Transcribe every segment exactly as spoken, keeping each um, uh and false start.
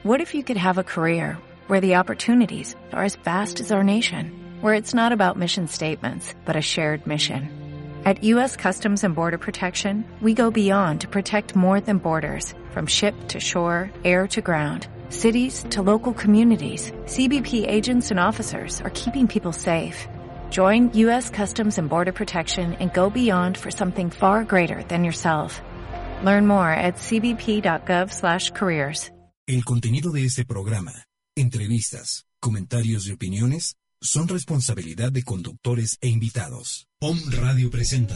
What if you could have a career where the opportunities are as vast as our nation, where it's not about mission statements, but a shared mission? At U S Customs and Border Protection, we go beyond to protect more than borders, from ship to shore, air to ground, cities to local communities. C B P agents and officers are keeping people safe. Join U S Customs and Border Protection and go beyond for something far greater than yourself. Learn more at c b p dot gov slash careers. El contenido de este programa, entrevistas, comentarios y opiniones son responsabilidad de conductores e invitados. P O M Radio presenta.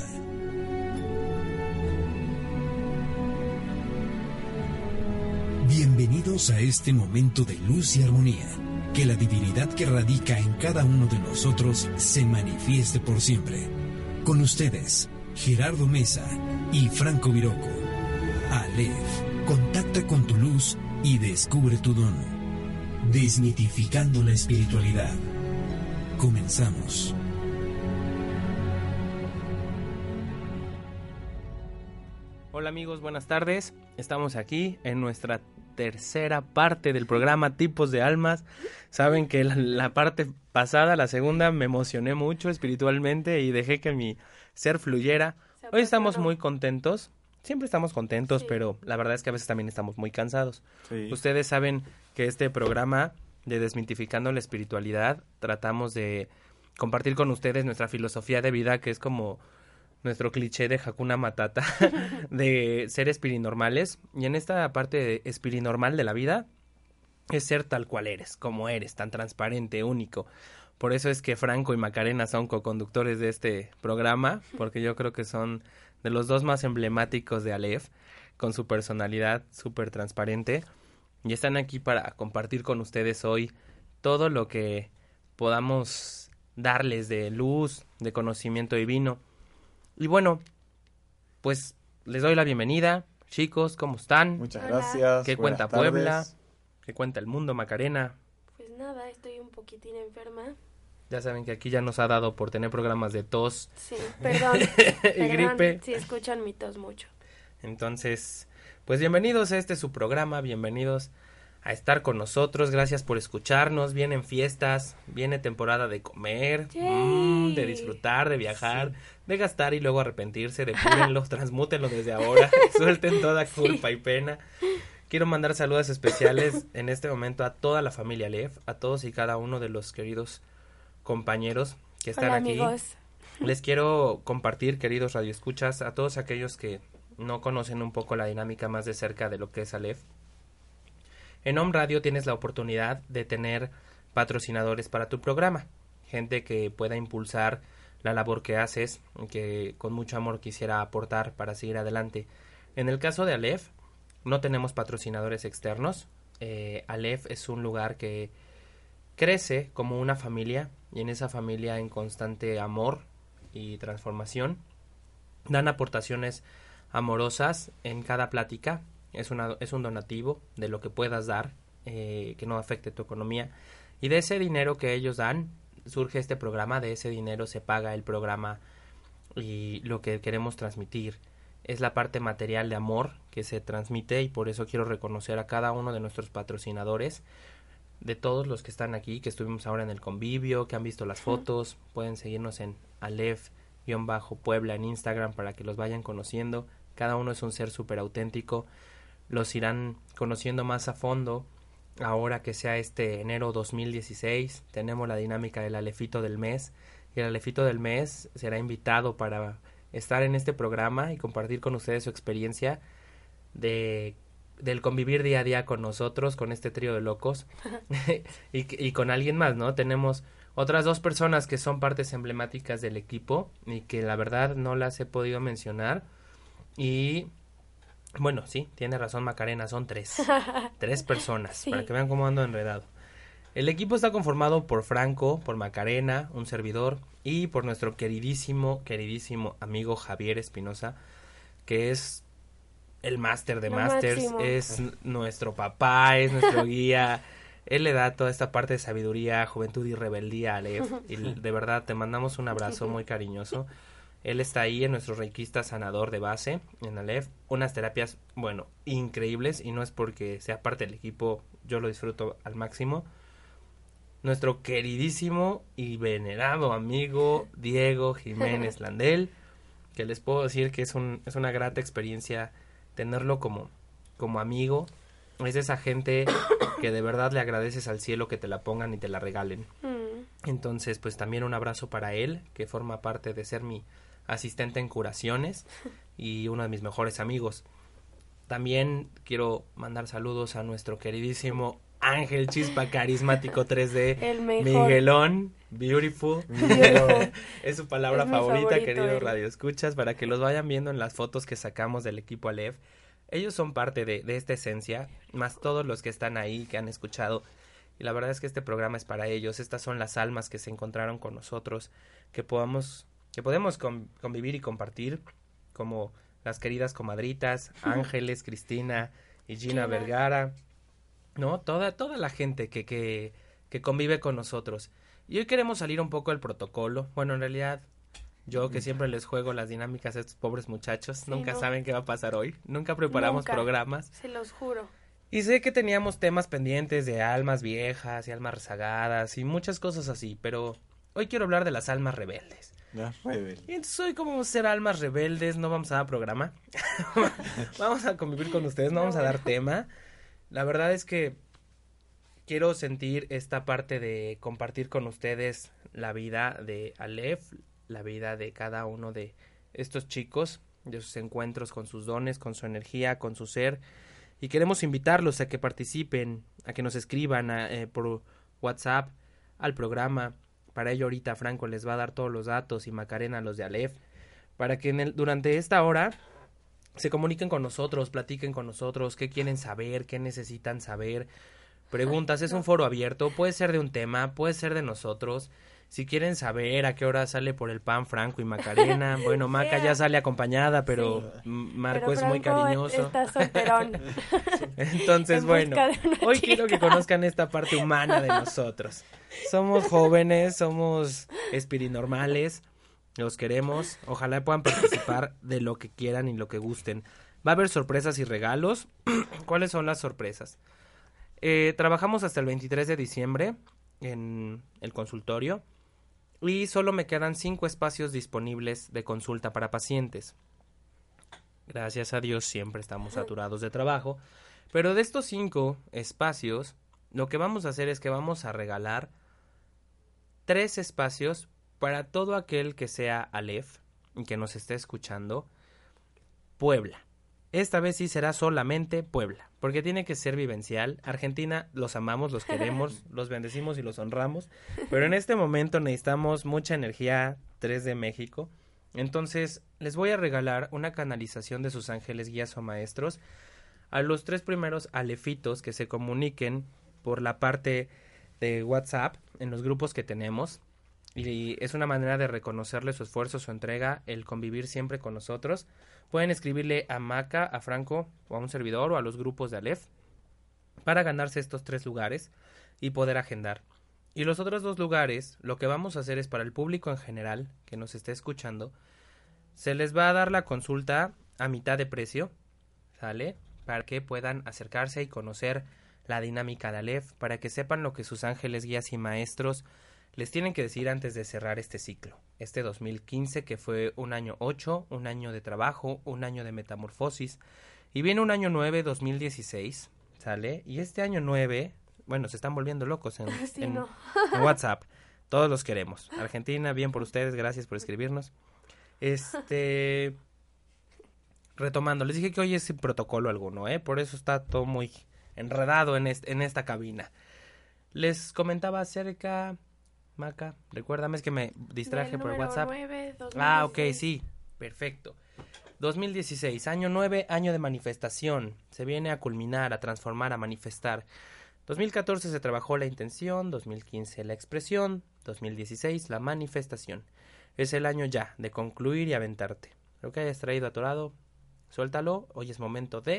Bienvenidos a este momento de luz y armonía. Que la divinidad que radica en cada uno de nosotros se manifieste por siempre. Con ustedes, Gerardo Mesa y Franco Viroco. Aleph, contacta con tu luz y descubre tu don. Desmitificando la espiritualidad. Comenzamos. Hola amigos, buenas tardes. Estamos aquí en nuestra tercera parte del programa Tipos de Almas. Saben que la, la parte pasada, la segunda, me emocioné mucho espiritualmente y dejé que mi ser fluyera. Hoy estamos muy contentos. Siempre estamos contentos, sí. Pero la verdad es que a veces también estamos muy cansados. Sí. Ustedes saben que este programa de Desmitificando la Espiritualidad tratamos de compartir con ustedes nuestra filosofía de vida, que es como nuestro cliché de Hakuna Matata, de ser espirinormales. Y en esta parte de espirinormal de la vida es ser tal cual eres, como eres, tan transparente, único. Por eso es que Franco y Macarena son coconductores de este programa, porque yo creo que son de los dos más emblemáticos de Aleph, con su personalidad súper transparente. Y están aquí para compartir con ustedes hoy todo lo que podamos darles de luz, de conocimiento divino. Y bueno, pues les doy la bienvenida. Chicos, ¿cómo están? Muchas gracias. ¿Qué Buenas cuenta tardes. Puebla? ¿Qué cuenta el mundo, Macarena? Pues nada, estoy un poquitín enferma. Ya saben que aquí ya nos ha dado por tener programas de tos. Sí, perdón. y perdón, gripe. Si escuchan mi tos mucho. Entonces, pues bienvenidos a este su programa, bienvenidos a estar con nosotros, gracias por escucharnos. Vienen fiestas, viene temporada de comer, mmm, de disfrutar, de viajar, sí. de gastar y luego arrepentirse, depúrenlo, transmútenlo desde ahora, suelten toda culpa sí. y pena. Quiero mandar saludos especiales en este momento a toda la familia Aleph, a todos y cada uno de los queridos compañeros que están Hola, aquí. Amigos. Les quiero compartir, queridos radioescuchas, a todos aquellos que no conocen un poco la dinámica más de cerca de lo que es Aleph. En Home Radio tienes la oportunidad de tener patrocinadores para tu programa, gente que pueda impulsar la labor que haces, que con mucho amor quisiera aportar para seguir adelante. En el caso de Aleph, no tenemos patrocinadores externos. Eh, Aleph es un lugar que crece como una familia, y en esa familia en constante amor y transformación. Dan aportaciones amorosas en cada plática. Es, una, es un donativo de lo que puedas dar, eh, que no afecte tu economía. Y de ese dinero que ellos dan, surge este programa. De ese dinero se paga el programa y lo que queremos transmitir. Es la parte material de amor que se transmite, y por eso quiero reconocer a cada uno de nuestros patrocinadores, de todos los que están aquí, que estuvimos ahora en el convivio, que han visto las fotos. Pueden seguirnos en Aleph-Puebla en Instagram para que los vayan conociendo. Cada uno es un ser súper auténtico. Los irán conociendo más a fondo ahora que sea este enero dos mil dieciséis. Tenemos la dinámica del Alefito del mes, y el Alefito del mes será invitado para estar en este programa y compartir con ustedes su experiencia de del convivir día a día con nosotros, con este trío de locos y, y con alguien más, ¿no? Tenemos otras dos personas que son partes emblemáticas del equipo y que la verdad no las he podido mencionar. Y bueno, sí, tiene razón Macarena, son tres tres personas, sí. Para que vean cómo ando enredado. El equipo está conformado por Franco, por Macarena, un servidor, y por nuestro queridísimo, queridísimo amigo Javier Espinosa, que es el máster de másters, es nuestro papá, es nuestro guía. Él le da toda esta parte de sabiduría, juventud y rebeldía a Aleph. Y de verdad te mandamos un abrazo muy cariñoso. Él está ahí en nuestro reikista sanador de base, en Aleph. Unas terapias, bueno, increíbles. Y no es porque sea parte del equipo, yo lo disfruto al máximo. Nuestro queridísimo y venerado amigo Diego Jiménez Landel, que les puedo decir que es, un, es una grata experiencia tenerlo como, como amigo. Es esa gente que de verdad le agradeces al cielo que te la pongan y te la regalen. Mm. Entonces, pues también un abrazo para él, que forma parte de ser mi asistente en curaciones y uno de mis mejores amigos. También quiero mandar saludos a nuestro queridísimo Ángel Chispa Carismático tres D, el mejor. Miguelón, beautiful. Beautiful. Es su palabra es favorita, favorito, querido eh. Radio Escuchas, para que los vayan viendo en las fotos que sacamos del equipo Aleph. Ellos son parte de, de esta esencia, más todos los que están ahí, que han escuchado. Y la verdad es que este programa es para ellos. Estas son las almas que se encontraron con nosotros, que podamos, que podemos con, convivir y compartir, como las queridas comadritas, Ángeles, Cristina y Gina, Gina Vergara, ¿no? Toda, toda la gente que, que, que convive con nosotros. Y hoy queremos salir un poco del protocolo. Bueno, en realidad, yo que siempre les juego las dinámicas a estos pobres muchachos, sí, nunca no. saben qué va a pasar hoy. Nunca preparamos nunca, programas. Se los juro. Y sé que teníamos temas pendientes de almas viejas y almas rezagadas y muchas cosas así, pero hoy quiero hablar de las almas rebeldes. Las rebeldes. Y entonces hoy, como vamos a ser almas rebeldes, no vamos a dar programa. Vamos a convivir con ustedes, no vamos a dar tema. La verdad es que quiero sentir esta parte de compartir con ustedes la vida de Aleph, la vida de cada uno de estos chicos, de sus encuentros con sus dones, con su energía, con su ser. Y queremos invitarlos a que participen, a que nos escriban a, eh, por WhatsApp al programa. Para ello ahorita Franco les va a dar todos los datos y Macarena los de Aleph, para que en el, durante esta hora se comuniquen con nosotros, platiquen con nosotros, qué quieren saber, qué necesitan saber. Preguntas, es un foro abierto, puede ser de un tema, puede ser de nosotros. Si quieren saber a qué hora sale por el pan Franco y Macarena, bueno, Maca ya sale acompañada, pero sí. Marco pero es muy cariñoso. Está solterón. Entonces, bueno, hoy chica. quiero que conozcan esta parte humana de nosotros. Somos jóvenes, somos espirinormales, los queremos, ojalá puedan participar de lo que quieran y lo que gusten. Va a haber sorpresas y regalos. ¿Cuáles son las sorpresas? Eh, trabajamos hasta el veintitrés de diciembre en el consultorio. Y solo me quedan cinco espacios disponibles de consulta para pacientes. Gracias a Dios siempre estamos saturados de trabajo. Pero de estos cinco espacios, lo que vamos a hacer es que vamos a regalar tres espacios para todo aquel que sea Aleph y que nos esté escuchando. Puebla. Esta vez sí será solamente Puebla, porque tiene que ser vivencial. Argentina, los amamos, los queremos, los bendecimos y los honramos, pero en este momento necesitamos mucha energía tres D México. Entonces, les voy a regalar una canalización de sus ángeles, guías o maestros a los tres primeros alefitos que se comuniquen por la parte de WhatsApp en los grupos que tenemos. Y es una manera de reconocerle su esfuerzo, su entrega, el convivir siempre con nosotros. Pueden escribirle a Maca, a Franco, o a un servidor, o a los grupos de Aleph, para ganarse estos tres lugares y poder agendar. Y los otros dos lugares, lo que vamos a hacer es para el público en general, que nos esté escuchando, se les va a dar la consulta a mitad de precio, ¿sale? Para que puedan acercarse y conocer la dinámica de Aleph, para que sepan lo que sus ángeles, guías y maestros les tienen que decir antes de cerrar este ciclo, este dos mil quince, que fue un año ocho, un año de trabajo, un año de metamorfosis, y viene un año nueve, dos mil dieciséis, ¿sale? Y este año nueve, bueno, se están volviendo locos en, sí, en, no. en WhatsApp, todos los queremos. Argentina, bien por ustedes, gracias por escribirnos. Este, retomando, les dije que hoy es sin protocolo alguno, ¿eh? Por eso está todo muy enredado en, este, en esta cabina. Les comentaba acerca... Maca, recuérdame, es que me distraje por WhatsApp. nueve, ah, ok, sí, perfecto. dos mil dieciséis, año nueve, año de manifestación. Se viene a culminar, a transformar, a manifestar. dos mil catorce se trabajó la intención, dos mil quince la expresión, dos mil dieciséis la manifestación. Es el año ya de concluir y aventarte. Lo que hayas traído atorado, suéltalo. Hoy es momento de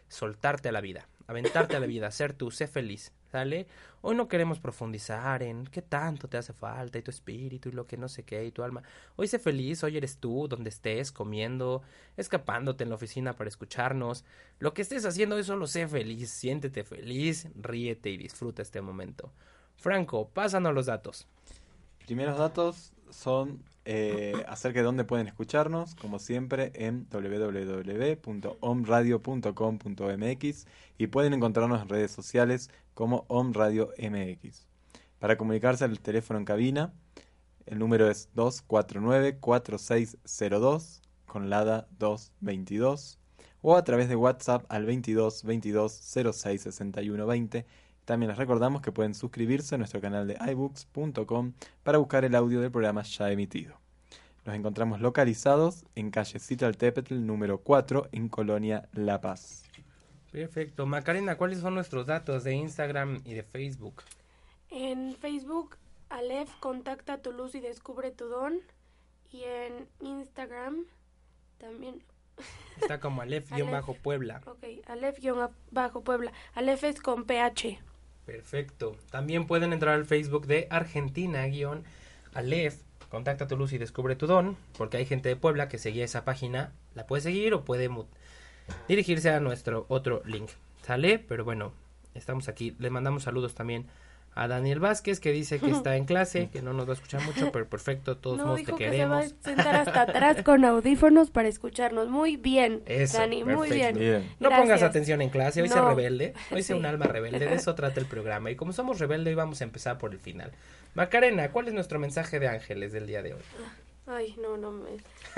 soltarte a la vida, aventarte a la vida, ser tú, sé feliz, ¿sale? Hoy no queremos profundizar en qué tanto te hace falta y tu espíritu y lo que no sé qué y tu alma. Hoy sé feliz, hoy eres tú, donde estés, comiendo, escapándote en la oficina para escucharnos. Lo que estés haciendo es solo sé feliz, siéntete feliz, ríete y disfruta este momento. Franco, pásanos los datos. Primeros datos son eh, acerca de dónde pueden escucharnos, como siempre, en doble u doble u doble u punto om radio punto com punto m x y pueden encontrarnos en redes sociales como Om Radio M X. Para comunicarse al teléfono en cabina, el número es dos cuatro nueve, cuatro seis cero dos con LADA dos veintidós o a través de WhatsApp al veintidós veintidós cero seis sesenta y uno veinte. También les recordamos que pueden suscribirse a nuestro canal de i books punto com para buscar el audio del programa ya emitido. Nos encontramos localizados en calle Citaltépetl número cuatro en Colonia La Paz. Perfecto. Macarena, ¿cuáles son nuestros datos de Instagram y de Facebook? En Facebook, Aleph, contacta tu luz y descubre tu don. Y en Instagram, también... Está como Aleph-Puebla. Ok, Aleph-Puebla. Aleph es con P H. Perfecto. También pueden entrar al Facebook de Argentina-Aleph. Contacta tu luz y descubre tu don, porque hay gente de Puebla que seguía esa página. La puede seguir o puede mu- dirigirse a nuestro otro link. ¿Sale? Pero bueno, estamos aquí. Le mandamos saludos también a Daniel Vázquez, que dice que está en clase, que no nos va a escuchar mucho, pero perfecto, todos No, modos dijo te que queremos. se va a sentar hasta atrás con audífonos para escucharnos. Muy bien, Eso, Dani, muy bien. perfecto. Bien. No Gracias. pongas atención en clase, hoy sé No. rebelde, hoy sé Sí. un alma rebelde, de eso trata el programa. Y como somos rebelde, hoy vamos a empezar por el final. Macarena, ¿cuál es nuestro mensaje de ángeles del día de hoy? Ay, no, no me...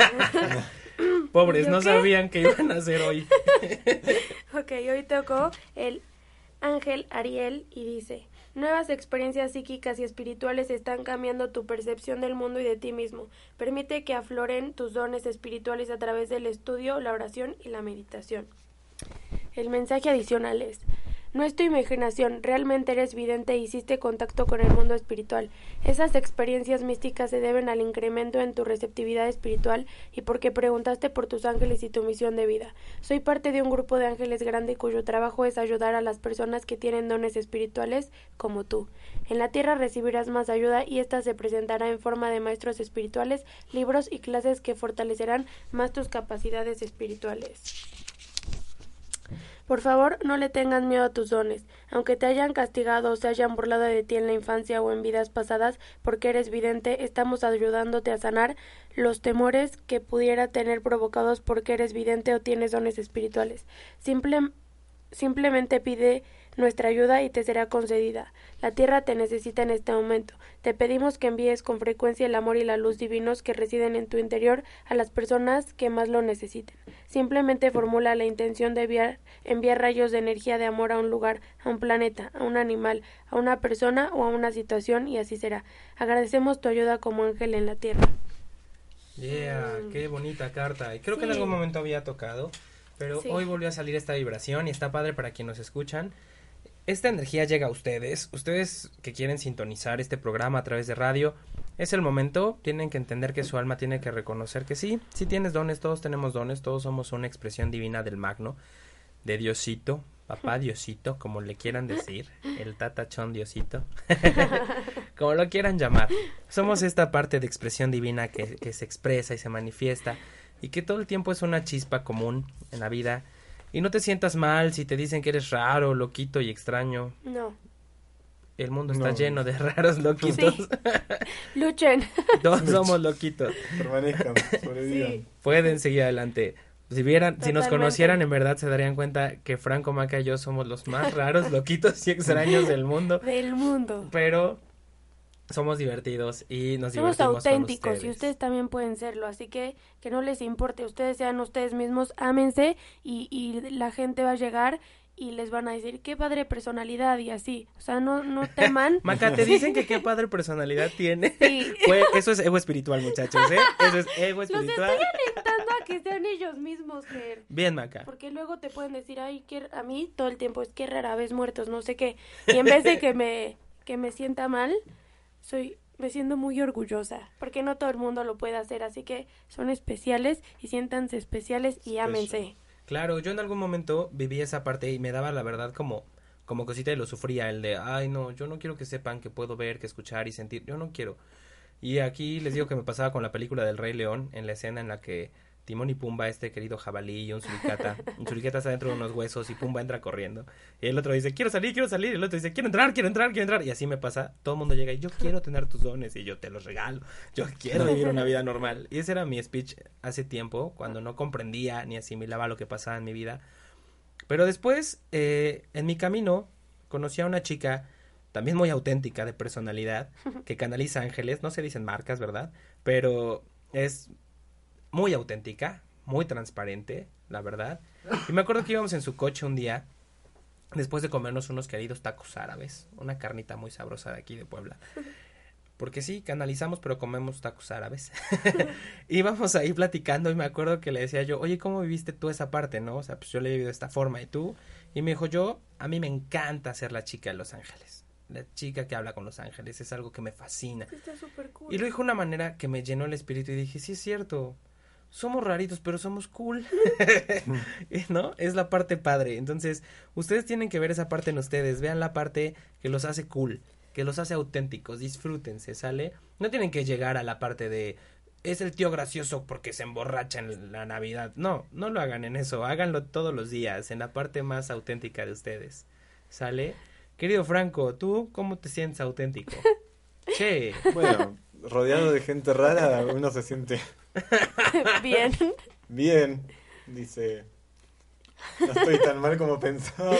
Pobres, ¿Yo no qué? sabían qué iban a hacer hoy. Ok, hoy tocó el ángel Ariel y dice: nuevas experiencias psíquicas y espirituales están cambiando tu percepción del mundo y de ti mismo. Permite que afloren tus dones espirituales a través del estudio, la oración y la meditación. El mensaje adicional es: no es tu imaginación, realmente eres vidente e hiciste contacto con el mundo espiritual. Esas experiencias místicas se deben al incremento en tu receptividad espiritual y porque preguntaste por tus ángeles y tu misión de vida. Soy parte de un grupo de ángeles grande cuyo trabajo es ayudar a las personas que tienen dones espirituales como tú. En la tierra recibirás más ayuda y esta se presentará en forma de maestros espirituales, libros y clases que fortalecerán más tus capacidades espirituales. Por favor, no le tengas miedo a tus dones, aunque te hayan castigado o se hayan burlado de ti en la infancia o en vidas pasadas porque eres vidente, estamos ayudándote a sanar los temores que pudiera tener provocados porque eres vidente o tienes dones espirituales. Simple, simplemente pide nuestra ayuda y te será concedida. La tierra te necesita en este momento. Te pedimos que envíes con frecuencia el amor y la luz divinos que residen en tu interior a las personas que más lo necesiten. Simplemente formula la intención de enviar, enviar rayos de energía de amor a un lugar, a un planeta, a un animal, a una persona o a una situación y así será. Agradecemos tu ayuda como ángel en la tierra. Yeah, Mm. qué bonita carta. Y creo que en Sí. algún momento había tocado, pero Sí. hoy volvió a salir esta vibración y está padre para quienes nos escuchan. Esta energía llega a ustedes, ustedes que quieren sintonizar este programa a través de radio, es el momento, tienen que entender que su alma tiene que reconocer que sí, sí tienes dones, todos tenemos dones, todos somos una expresión divina del magno, de Diosito, papá Diosito, como le quieran decir, el tatachón Diosito, como lo quieran llamar, somos esta parte de expresión divina que, que se expresa y se manifiesta y que todo el tiempo es una chispa común en la vida. Y no te sientas mal si te dicen que eres raro, loquito y extraño. No. El mundo está No. lleno de raros loquitos. Sí. Luchen. Todos somos loquitos. Permanezcan, sobrevivan. Sí. Pueden seguir adelante. Si vieran, si nos Totalmente. conocieran, en verdad se darían cuenta que Franco, Maca y yo somos los más raros, loquitos y extraños del mundo. Del mundo. Pero somos divertidos y nos Somos divertimos auténticos con y ustedes. ustedes también pueden serlo, así que que no les importe, ustedes sean ustedes mismos, ámense y, y la gente va a llegar y les van a decir qué padre personalidad y así, o sea, no, no teman. Maca, te dicen que qué padre personalidad tiene. Sí. Pues, eso es ego espiritual, muchachos, ¿eh? Eso es ego Los espiritual. estoy alentando a que sean ellos mismos, Ger. Bien, Maca. Porque luego te pueden decir, ay, que a mí todo el tiempo es que rara vez muertos, no sé qué. Y en vez de que me, que me sienta mal, soy, me siento muy orgullosa. Porque no todo el mundo lo puede hacer, así que son especiales y siéntanse especiales y ámense. Claro, yo en algún momento viví esa parte y me daba la verdad como, como cosita y lo sufría, el de, ay no, yo no quiero que sepan que puedo ver, que escuchar y sentir, yo no quiero. Y aquí les digo que me pasaba con la película del Rey León, en la escena en la que Timón y Pumba, este querido jabalí y un suricata, un suricata está dentro de unos huesos y Pumba entra corriendo. Y el otro dice, quiero salir, quiero salir. Y el otro dice, quiero entrar, quiero entrar, quiero entrar. Y así me pasa, todo el mundo llega y yo quiero tener tus dones y yo te los regalo. Yo quiero vivir una vida normal. Y ese era mi speech hace tiempo, cuando no comprendía ni asimilaba lo que pasaba en mi vida. Pero después, eh, en mi camino, conocí a una chica también muy auténtica de personalidad, que canaliza ángeles, no se dicen marcas, ¿verdad? Pero es muy auténtica, muy transparente, la verdad. Y me acuerdo que íbamos en su coche un día, después de comernos unos queridos tacos árabes, una carnita muy sabrosa de aquí de Puebla. Porque sí, canalizamos, pero comemos tacos árabes. Íbamos ahí platicando y me acuerdo que le decía yo, oye, ¿cómo viviste tú esa parte, no? O sea, pues yo le he vivido de esta forma, ¿y tú? Y me dijo, yo, a mí me encanta ser la chica de Los Ángeles. La chica que habla con Los Ángeles, es algo que me fascina. Está súper cool. Y lo dijo de una manera que me llenó el espíritu y dije, sí es cierto, somos raritos, pero somos cool, ¿no? Es la parte padre. Entonces, ustedes tienen que ver esa parte en ustedes, vean la parte que los hace cool, que los hace auténticos, disfrútense, ¿sale? No tienen que llegar a la parte de, es el tío gracioso porque se emborracha en la Navidad. No, no lo hagan en eso, háganlo todos los días, en la parte más auténtica de ustedes, ¿sale? Querido Franco, ¿tú cómo te sientes auténtico? Che. Bueno, rodeado de gente rara, uno se siente Bien. bien. Dice, no estoy tan mal como pensaba.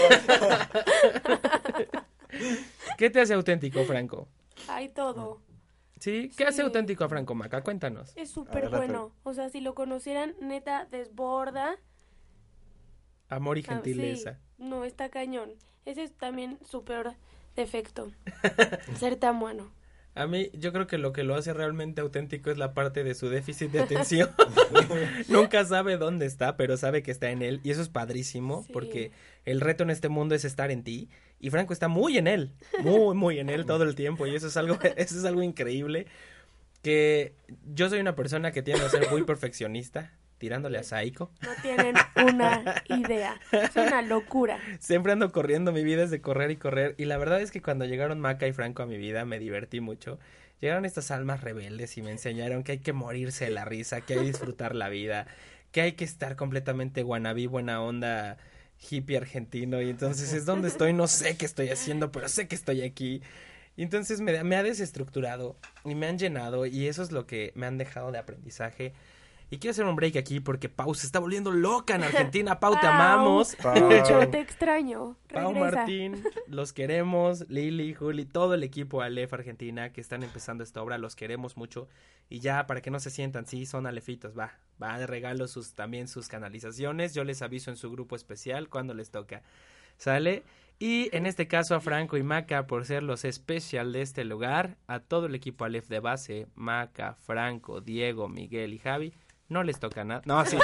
¿Qué te hace auténtico, Franco? Hay todo. ¿Sí? ¿Qué Sí. hace auténtico a Franco Maca? Cuéntanos. Es súper Agarra, bueno. O sea, si lo conocieran, neta, desborda. Amor y Ah, gentileza. sí. No, está cañón. Ese es también su peor defecto. Ser tan bueno. A mí, yo creo que lo que lo hace realmente auténtico es la parte de su déficit de atención. Nunca sabe dónde está, pero sabe que está en él. Y eso es padrísimo, Sí. porque el reto en este mundo es estar en ti. Y Franco está muy en él, muy, muy en él todo el tiempo. Y eso es algo, eso es algo increíble. Que yo soy una persona que tiende a ser muy perfeccionista, tirándole a Psycho. No tienen una idea. Es una locura. Siempre ando corriendo, mi vida es de correr y correr. Y la verdad es que cuando llegaron Maca y Franco a mi vida me divertí mucho. Llegaron estas almas rebeldes y me enseñaron que hay que morirse de la risa, que hay que disfrutar la vida, que hay que estar completamente wannabe, buena onda, hippie argentino. Y entonces es donde estoy, no sé qué estoy haciendo, pero sé que estoy aquí. Y entonces me, me ha desestructurado y me han llenado y eso es lo que me han dejado de aprendizaje. Y quiero hacer un break aquí porque Pau se está volviendo loca en Argentina. Pau, te Pau. amamos. Pau. Yo te extraño. Pau Regresa. Martín, los queremos. Lili, Juli, todo el equipo Aleph Argentina que están empezando esta obra, los queremos mucho. Y ya, para que no se sientan, sí, son alefitos, va. Va de regalo sus, también sus canalizaciones. Yo les aviso en su grupo especial cuando les toca. ¿Sale? Y en este caso a Franco y Maca por ser los especial de este lugar. A todo el equipo Aleph de base, Maca, Franco, Diego, Miguel y Javi. No les toca nada. No, sí.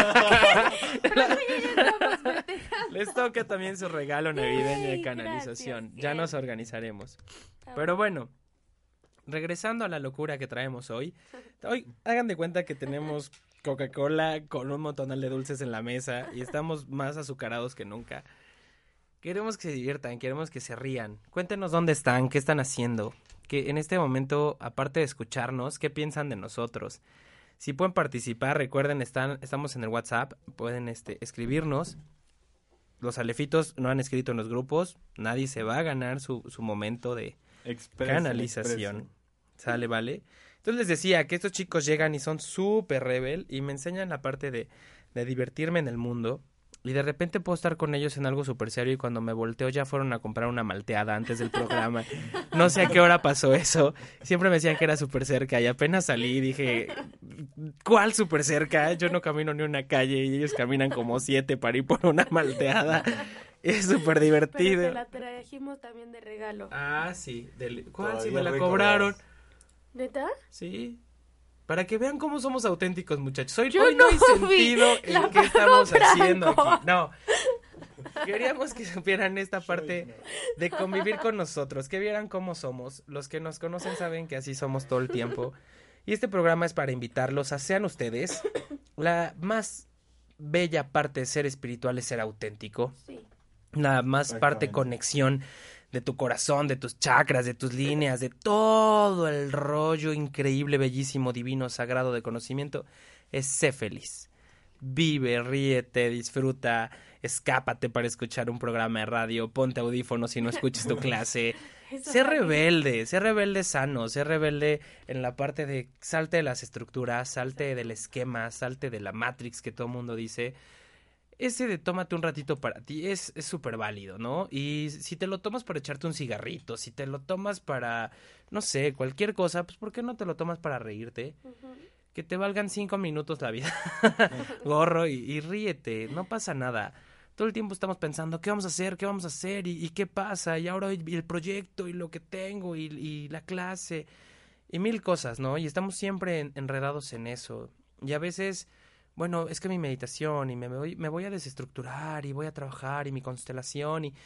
Les toca también su regalo navideño de Yay, canalización. gracias. Ya Bien. nos organizaremos. Está Pero bueno, regresando a la locura que traemos hoy. Hoy hagan de cuenta que tenemos Coca-Cola con un montonal de dulces en la mesa y estamos más azucarados que nunca. Queremos que se diviertan, queremos que se rían. Cuéntenos dónde están, qué están haciendo. Que en este momento, aparte de escucharnos, ¿qué piensan de nosotros? Si pueden participar, recuerden, están, estamos en el WhatsApp, pueden este, escribirnos. Los alefitos no han escrito en los grupos, nadie se va a ganar su, su momento de Expresen, canalización. expresen. ¿Sale, vale? Entonces les decía que estos chicos llegan y son súper rebel y me enseñan la parte de, de divertirme en el mundo. Y de repente puedo estar con ellos en algo súper serio y cuando me volteo ya fueron a comprar una malteada antes del programa. No sé a qué hora pasó eso. Siempre me decían que era súper cerca y apenas salí y dije, ¿cuál súper cerca? Yo no camino ni una calle y ellos caminan como siete para ir por una malteada. Es súper Pero divertido. te la trajimos también de regalo. Ah, sí. Del... ¿Cuál? Si Todavía me la recordás. cobraron. ¿Neta? Sí. Para que vean cómo somos auténticos, muchachos. Hoy, Yo hoy no hay no sentido vi en la qué estamos Franco. haciendo aquí. No. Queríamos que supieran esta parte de convivir con nosotros, que vieran cómo somos. Los que nos conocen saben que así somos todo el tiempo. Y este programa es para invitarlos a sean ustedes la más bella parte de ser espiritual es ser auténtico. Sí. La más parte conexión de tu corazón, de tus chakras, de tus líneas, de todo el rollo increíble, bellísimo, divino, sagrado de conocimiento, es ser feliz. Vive, ríete, disfruta, escápate para escuchar un programa de radio, ponte audífonos si no escuches tu clase. Sé rebelde, sé rebelde sano, sé rebelde en la parte de salte de las estructuras, salte del esquema, salte de la Matrix que todo el mundo dice. Ese de tómate un ratito para ti es súper válido, ¿no? Y si te lo tomas para echarte un cigarrito, si te lo tomas para, no sé, cualquier cosa, pues ¿por qué no te lo tomas para reírte? Uh-huh. Que te valgan cinco minutos la vida, gorro, y, y ríete, no pasa nada. Todo el tiempo estamos pensando, ¿qué vamos a hacer? ¿Qué vamos a hacer? ¿Y, y qué pasa? Y ahora el proyecto, y lo que tengo, y, y la clase, y mil cosas, ¿no? Y estamos siempre en, enredados en eso. Y a veces... bueno, es que mi meditación y me voy, me voy a desestructurar y voy a trabajar y mi constelación y,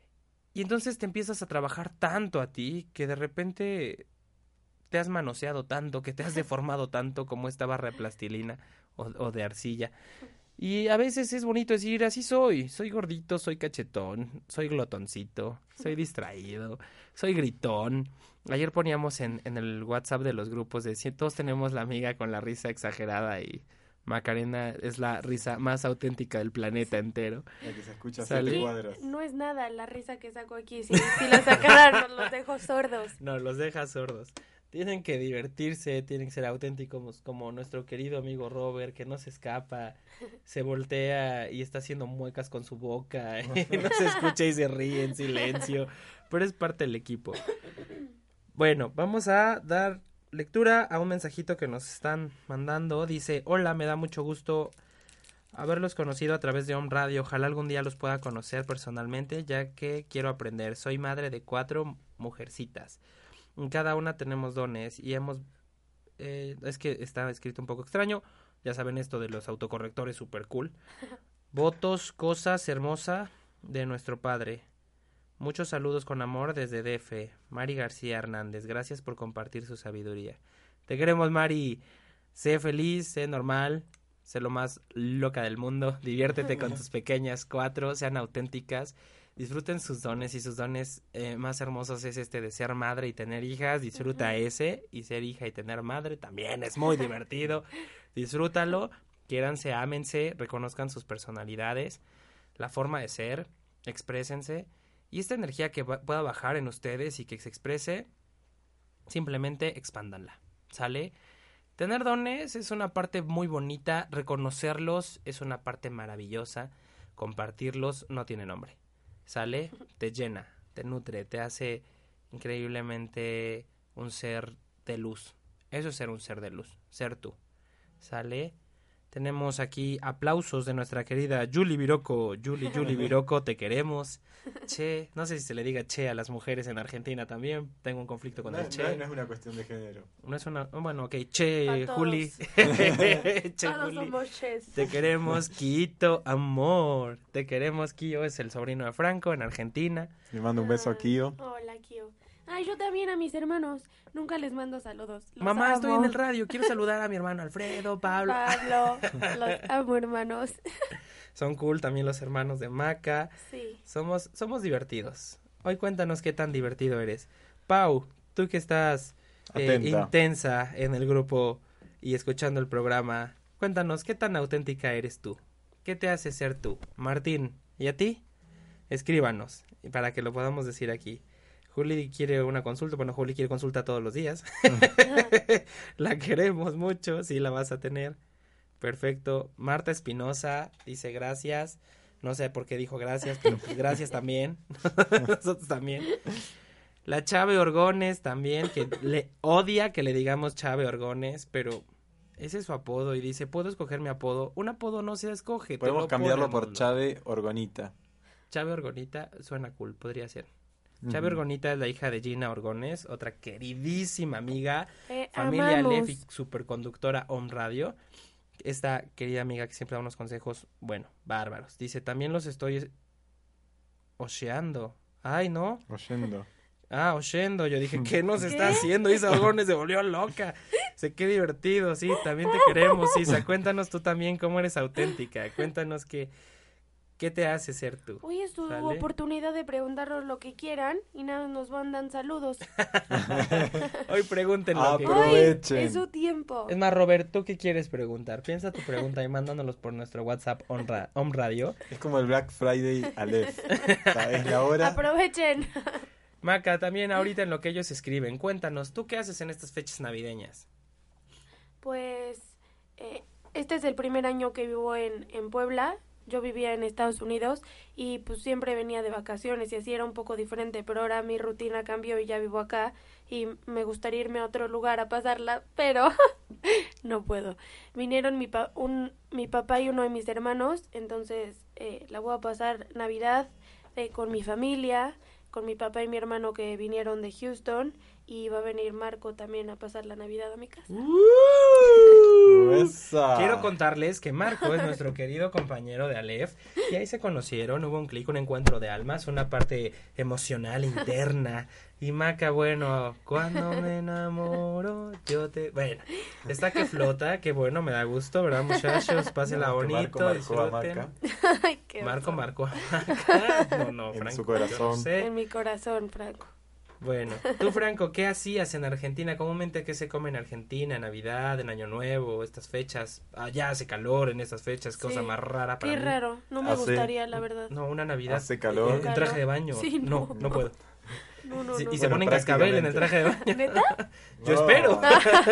y entonces te empiezas a trabajar tanto a ti que de repente te has manoseado tanto, que te has deformado tanto como esta barra de plastilina o, o de arcilla. Y a veces es bonito decir, así soy, soy gordito, soy cachetón, soy glotoncito, soy distraído, soy gritón. Ayer poníamos en, en el WhatsApp de los grupos de si todos tenemos la amiga con la risa exagerada y... Macarena es la risa más auténtica del planeta entero. La que se escucha a siete cuadros. No es nada la risa que saco aquí. Si, si la sacaran, nos los dejo sordos. No, los deja sordos. Tienen que divertirse, tienen que ser auténticos, como nuestro querido amigo Robert, que no se escapa, se voltea y está haciendo muecas con su boca, y no se escucha y se ríe en silencio, pero es parte del equipo. Bueno, vamos a dar... lectura a un mensajito que nos están mandando. Dice, hola, me da mucho gusto haberlos conocido a través de Om Radio. Ojalá algún día los pueda conocer personalmente, ya que quiero aprender. Soy madre de cuatro mujercitas. En cada una tenemos dones y hemos... Eh, es que está escrito un poco extraño. Ya saben esto de los autocorrectores super cool. Votos, cosas hermosa de nuestro Padre. Muchos saludos con amor desde D F. Mari García Hernández, gracias por compartir su sabiduría. Te queremos, Mari. Sé feliz, sé normal, sé lo más loca del mundo. Diviértete con tus pequeñas cuatro, sean auténticas. Disfruten sus dones y sus dones eh, más hermosos es este de ser madre y tener hijas. Disfruta uh-huh. ese y ser hija y tener madre también es muy divertido. Disfrútalo, quiéranse, ámense, reconozcan sus personalidades, la forma de ser, exprésense. Y esta energía que va, pueda bajar en ustedes y que se exprese, simplemente expándanla, ¿sale? Tener dones es una parte muy bonita, reconocerlos es una parte maravillosa, compartirlos no tiene nombre, ¿sale? Te llena, te nutre, te hace increíblemente un ser de luz. Eso es ser un ser de luz, ser tú, ¿sale? Tenemos aquí aplausos de nuestra querida Julie Viroco. Julie, Julie Viroco, te queremos. Che, no sé si se le diga che a las mujeres en Argentina también. Tengo un conflicto con no, el che. No, no es una cuestión de género. No es una... Bueno, ok, che, Juli. che, todos Juli. Somos ches. Te queremos, Quito, amor. Te queremos, Kio, es el sobrino de Franco en Argentina. Le mando un beso a Kio. Hola, Kio. Ay, yo también a mis hermanos. Nunca les mando saludos. Los Mamá, amo. Estoy en el radio. Quiero saludar a mi hermano Alfredo, Pablo. Pablo, los amo, hermanos. Son cool también los hermanos de Maca. Sí. Somos, somos divertidos. Hoy cuéntanos qué tan divertido eres. Pau, tú que estás eh, intensa en el grupo y escuchando el programa, cuéntanos qué tan auténtica eres tú. ¿Qué te hace ser tú? Martín, ¿y a ti? Escríbanos para que lo podamos decir aquí. Juli quiere una consulta, bueno, Juli quiere consulta todos los días. La queremos mucho, sí la vas a tener. Perfecto. Marta Espinosa dice gracias. No sé por qué dijo gracias, pero pues gracias también. Nosotros también. La Chave Orgones también, que le odia que le digamos Chave Orgones, pero ese es su apodo y dice, ¿puedo escoger mi apodo? Un apodo no se escoge. Podemos cambiarlo por Chave Orgonita. Chave Orgonita suena cool, podría ser. Chave uh-huh. Orgonita es la hija de Gina Orgones, otra queridísima amiga, eh, familia amamos. Lef y superconductora Om Radio. Esta querida amiga que siempre da unos consejos, bueno, bárbaros. Dice, también los estoy ocheando. Ay, ¿no? Oyendo. Ah, oyendo. Yo dije, ¿qué nos ¿Qué? está haciendo? Isa Gómez se volvió loca. Sé qué divertido, sí, también te queremos, Isa. Cuéntanos tú también cómo eres auténtica. Cuéntanos qué, qué te hace ser tú. Hoy es tu ¿Sale? oportunidad de preguntarnos lo que quieran y nada, nos mandan saludos. Hoy pregúntenlo. que- Apro- Hoy Aprovechen. es su tiempo. Es más, Robert, ¿tú qué quieres preguntar? Piensa tu pregunta y mándanos por nuestro WhatsApp on, ra- on Radio. Es como el Black Friday Aleph. O sea, es la hora. Aprovechen. Maca, también ahorita en lo que ellos escriben, cuéntanos, ¿tú qué haces en estas fechas navideñas? Pues eh, este es el primer año que vivo en, en Puebla. Yo vivía en Estados Unidos y pues siempre venía de vacaciones y así era un poco diferente, pero ahora mi rutina cambió y ya vivo acá y me gustaría irme a otro lugar a pasarla, pero no puedo. Vinieron mi, pa un, mi papá y uno de mis hermanos, entonces eh, la voy a pasar Navidad eh, con mi familia, con mi papá y mi hermano que vinieron de Houston y va a venir Marco también a pasar la Navidad a mi casa. Esa. Quiero contarles que Marco es nuestro querido compañero de Aleph y ahí se conocieron, hubo un clic, un encuentro de almas, una parte emocional interna. Y Maca, bueno, cuando me enamoro, yo te... Bueno, está que flota, que bueno, me da gusto, ¿verdad, muchachos? Pásenla Que bonito, Marco marcó a disfruten. Maca Ay, qué Marco oso. marcó a Maca. No, no, En Franco, su yo corazón. no sé. En mi corazón, Franco. Bueno, tú, Franco, ¿qué hacías en Argentina? Comúnmente, ¿qué se come en Argentina? En Navidad, en Año Nuevo, estas fechas. Allá hace calor en estas fechas, cosa Sí. más rara para Qué mí. raro, no me Hace- gustaría, la verdad. No, una Navidad. Hace calor. En, en traje de baño. Sí, no, no. no puedo. No, no, Sí, no. y se Bueno, ponen cascabel en el traje de baño. ¿Neta? Yo No. espero.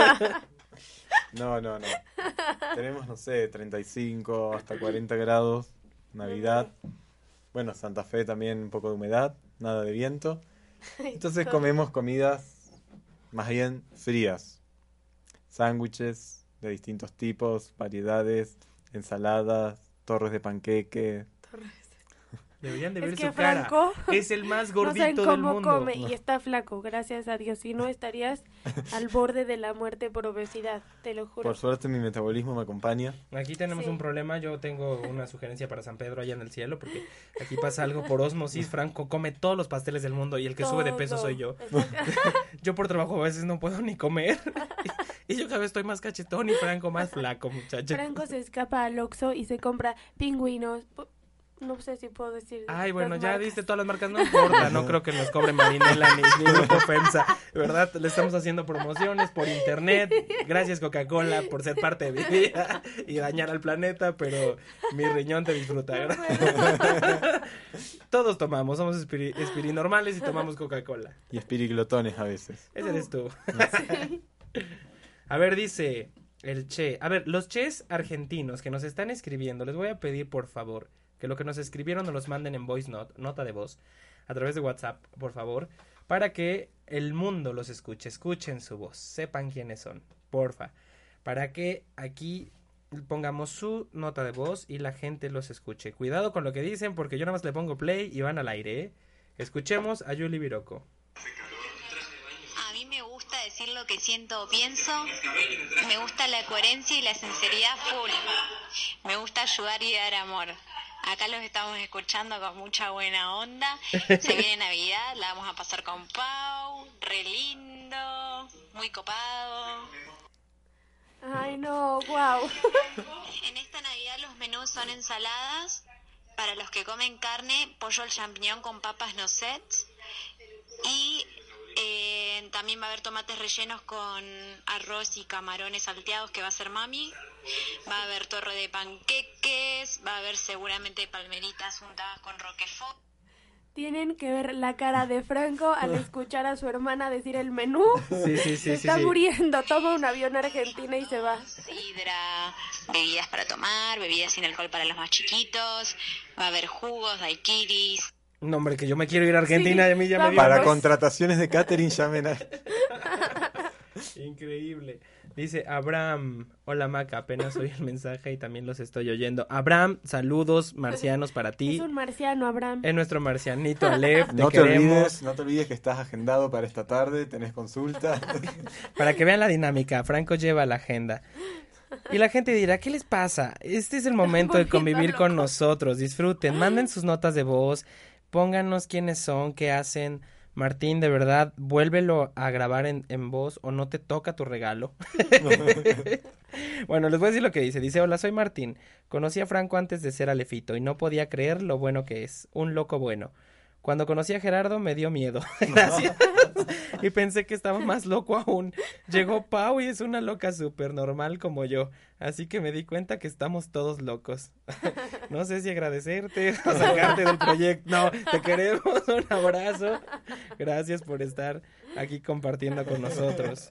No, no, no. Tenemos, no sé, treinta y cinco hasta cuarenta grados. Navidad. Bueno, Santa Fe también un poco de humedad, nada de viento. Entonces comemos comidas más bien frías. Sándwiches de distintos tipos, variedades, ensaladas, torres de panqueque. Deberían de Es ver que su cara. Franco Es el más No saben gordito del cómo mundo. come y está flaco, gracias a Dios. Si no, estarías al borde de la muerte por obesidad, te lo juro. Por suerte mi metabolismo me acompaña. Aquí tenemos Sí. un problema, yo tengo una sugerencia para San Pedro allá en el cielo, porque aquí pasa algo por osmosis, Franco come todos los pasteles del mundo y el que sube de peso Todo. soy yo. Exacto. Yo por trabajo a veces no puedo ni comer y yo cada vez estoy más cachetón y Franco más flaco, muchacho. Franco se escapa al Oxxo y se compra pingüinos. Pu- No sé si puedo decir. Ay, bueno, las ya marcas. diste todas las marcas, no importa, no creo que nos cobre Marinela ni, ni Grupo FEMSA, ¿verdad? Le estamos haciendo promociones por internet, gracias Coca-Cola por ser parte de mi vida y dañar al planeta, pero mi riñón te disfruta, ¿verdad? Todos tomamos, somos espiri, espirinormales y tomamos Coca-Cola. Y espiriglotones a veces. Ese eres tú. A ver, dice el Che. A ver, los Ches argentinos que nos están escribiendo, les voy a pedir por favor que lo que nos escribieron nos los manden en voice note, nota de voz, a través de WhatsApp, por favor, para que el mundo los escuche, escuchen su voz, sepan quiénes son, porfa, para que aquí pongamos su nota de voz y la gente los escuche. Cuidado con lo que dicen porque yo nada más le pongo play y van al aire, ¿eh? Escuchemos a Yuli Biroco. A mí me gusta decir lo que siento o pienso, me gusta la coherencia y la sinceridad full, me gusta ayudar y dar amor. Acá los estamos escuchando con mucha buena onda, se viene Navidad, la vamos a pasar con Pau, re lindo, muy copado. Ay, no, wow. En esta Navidad los menús son ensaladas, para los que comen carne, pollo al champiñón con papas noisette y eh, también va a haber tomates rellenos con arroz y camarones salteados que va a hacer mami, va a haber torre de panqueques, va a haber seguramente palmeritas untadas con roquefort. Tienen que ver la cara de Franco al escuchar a su hermana decir el menú. Sí, sí, sí, Se sí, está sí. muriendo, toma un avión a Argentina y se va. Sidra, bebidas para tomar, bebidas sin alcohol para los más chiquitos, va a haber jugos, daiquiris. No, hombre, que yo me quiero ir a Argentina Sí, y a mí ya me vamos. dio Para hambre. contrataciones de catering llamen a... Increíble. Dice Abraham, hola Maca, apenas oí el mensaje y también los estoy oyendo. Abraham, saludos marcianos para ti. Es un marciano, Abraham. Es nuestro marcianito Aleph, te No te queremos. olvides, no te olvides que estás agendado para esta tarde, tenés consulta. Para que vean la dinámica, Franco lleva la agenda. Y la gente dirá, ¿qué les pasa? Este es el momento de volviendo convivir con locos. nosotros, disfruten, manden sus notas de voz, pónganos quiénes son, qué hacen, Martín, de verdad, vuélvelo a grabar en, en voz o no te toca tu regalo. Bueno, les voy a decir lo que dice. Dice, hola, soy Martín. Conocí a Franco antes de ser Alefito y no podía creer lo bueno que es. Un loco bueno. Cuando conocí a Gerardo me dio miedo. Gracias. Y pensé que estaba más loco aún. Llegó Pau y es una loca súper normal como yo. Así que me di cuenta que estamos todos locos. No sé si agradecerte o sacarte del proyecto. No, te queremos. Un abrazo. Gracias por estar aquí compartiendo con nosotros.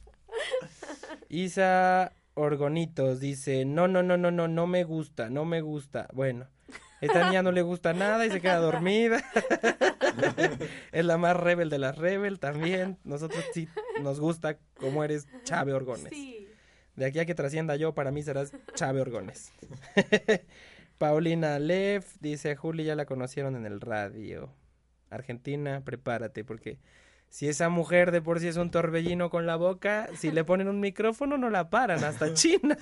Isa Orgonitos dice, no, no, no, no, no, no me gusta, no me gusta. Bueno. Esta niña no le gusta nada y se queda dormida. Es la más rebel de las rebel también. Nosotros sí nos gusta como eres Chave Orgones. Sí. De aquí a que trascienda yo, para mí serás Chave Orgones. Paulina Lev dice, Juli ya la conocieron en el radio. Argentina, prepárate porque si esa mujer de por sí es un torbellino con la boca, si le ponen un micrófono no la paran, hasta China.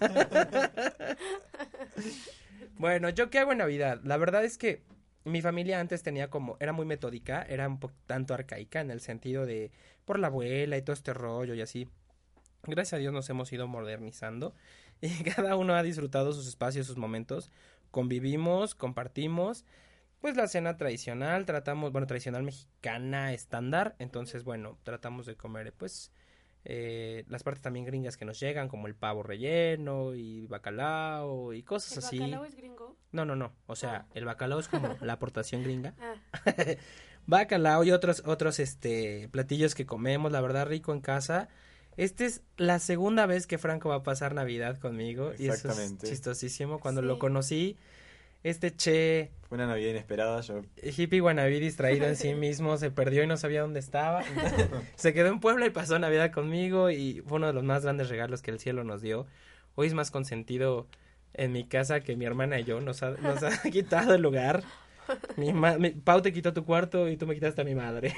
Bueno, ¿yo qué hago en Navidad? La verdad es que mi familia antes tenía como, era muy metódica, era un poco tanto arcaica en el sentido de por la abuela y todo este rollo y así. Gracias a Dios nos hemos ido modernizando y cada uno ha disfrutado sus espacios, sus momentos. Convivimos, compartimos, pues la cena tradicional, tratamos, bueno, tradicional mexicana estándar, entonces bueno, tratamos de comer pues eh, las partes también gringas que nos llegan, como el pavo relleno y bacalao y cosas así. ¿El bacalao es gringo? No, no, no, o sea, Ah. el bacalao es como la aportación gringa. Ah. Bacalao y otros, otros este platillos que comemos, la verdad rico en casa. Esta es la segunda vez que Franco va a pasar Navidad conmigo y eso es chistosísimo. Cuando Sí. lo conocí, este che Fue una Navidad inesperada, yo... hippie wannabe distraído en sí mismo, se perdió y no sabía dónde estaba. Se quedó en Puebla y pasó Navidad conmigo y fue uno de los más grandes regalos que el cielo nos dio. Hoy es más consentido en mi casa que mi hermana y yo, nos ha, nos ha quitado el lugar. Mi ma- mi, Pau te quitó tu cuarto y tú me quitaste a mi madre.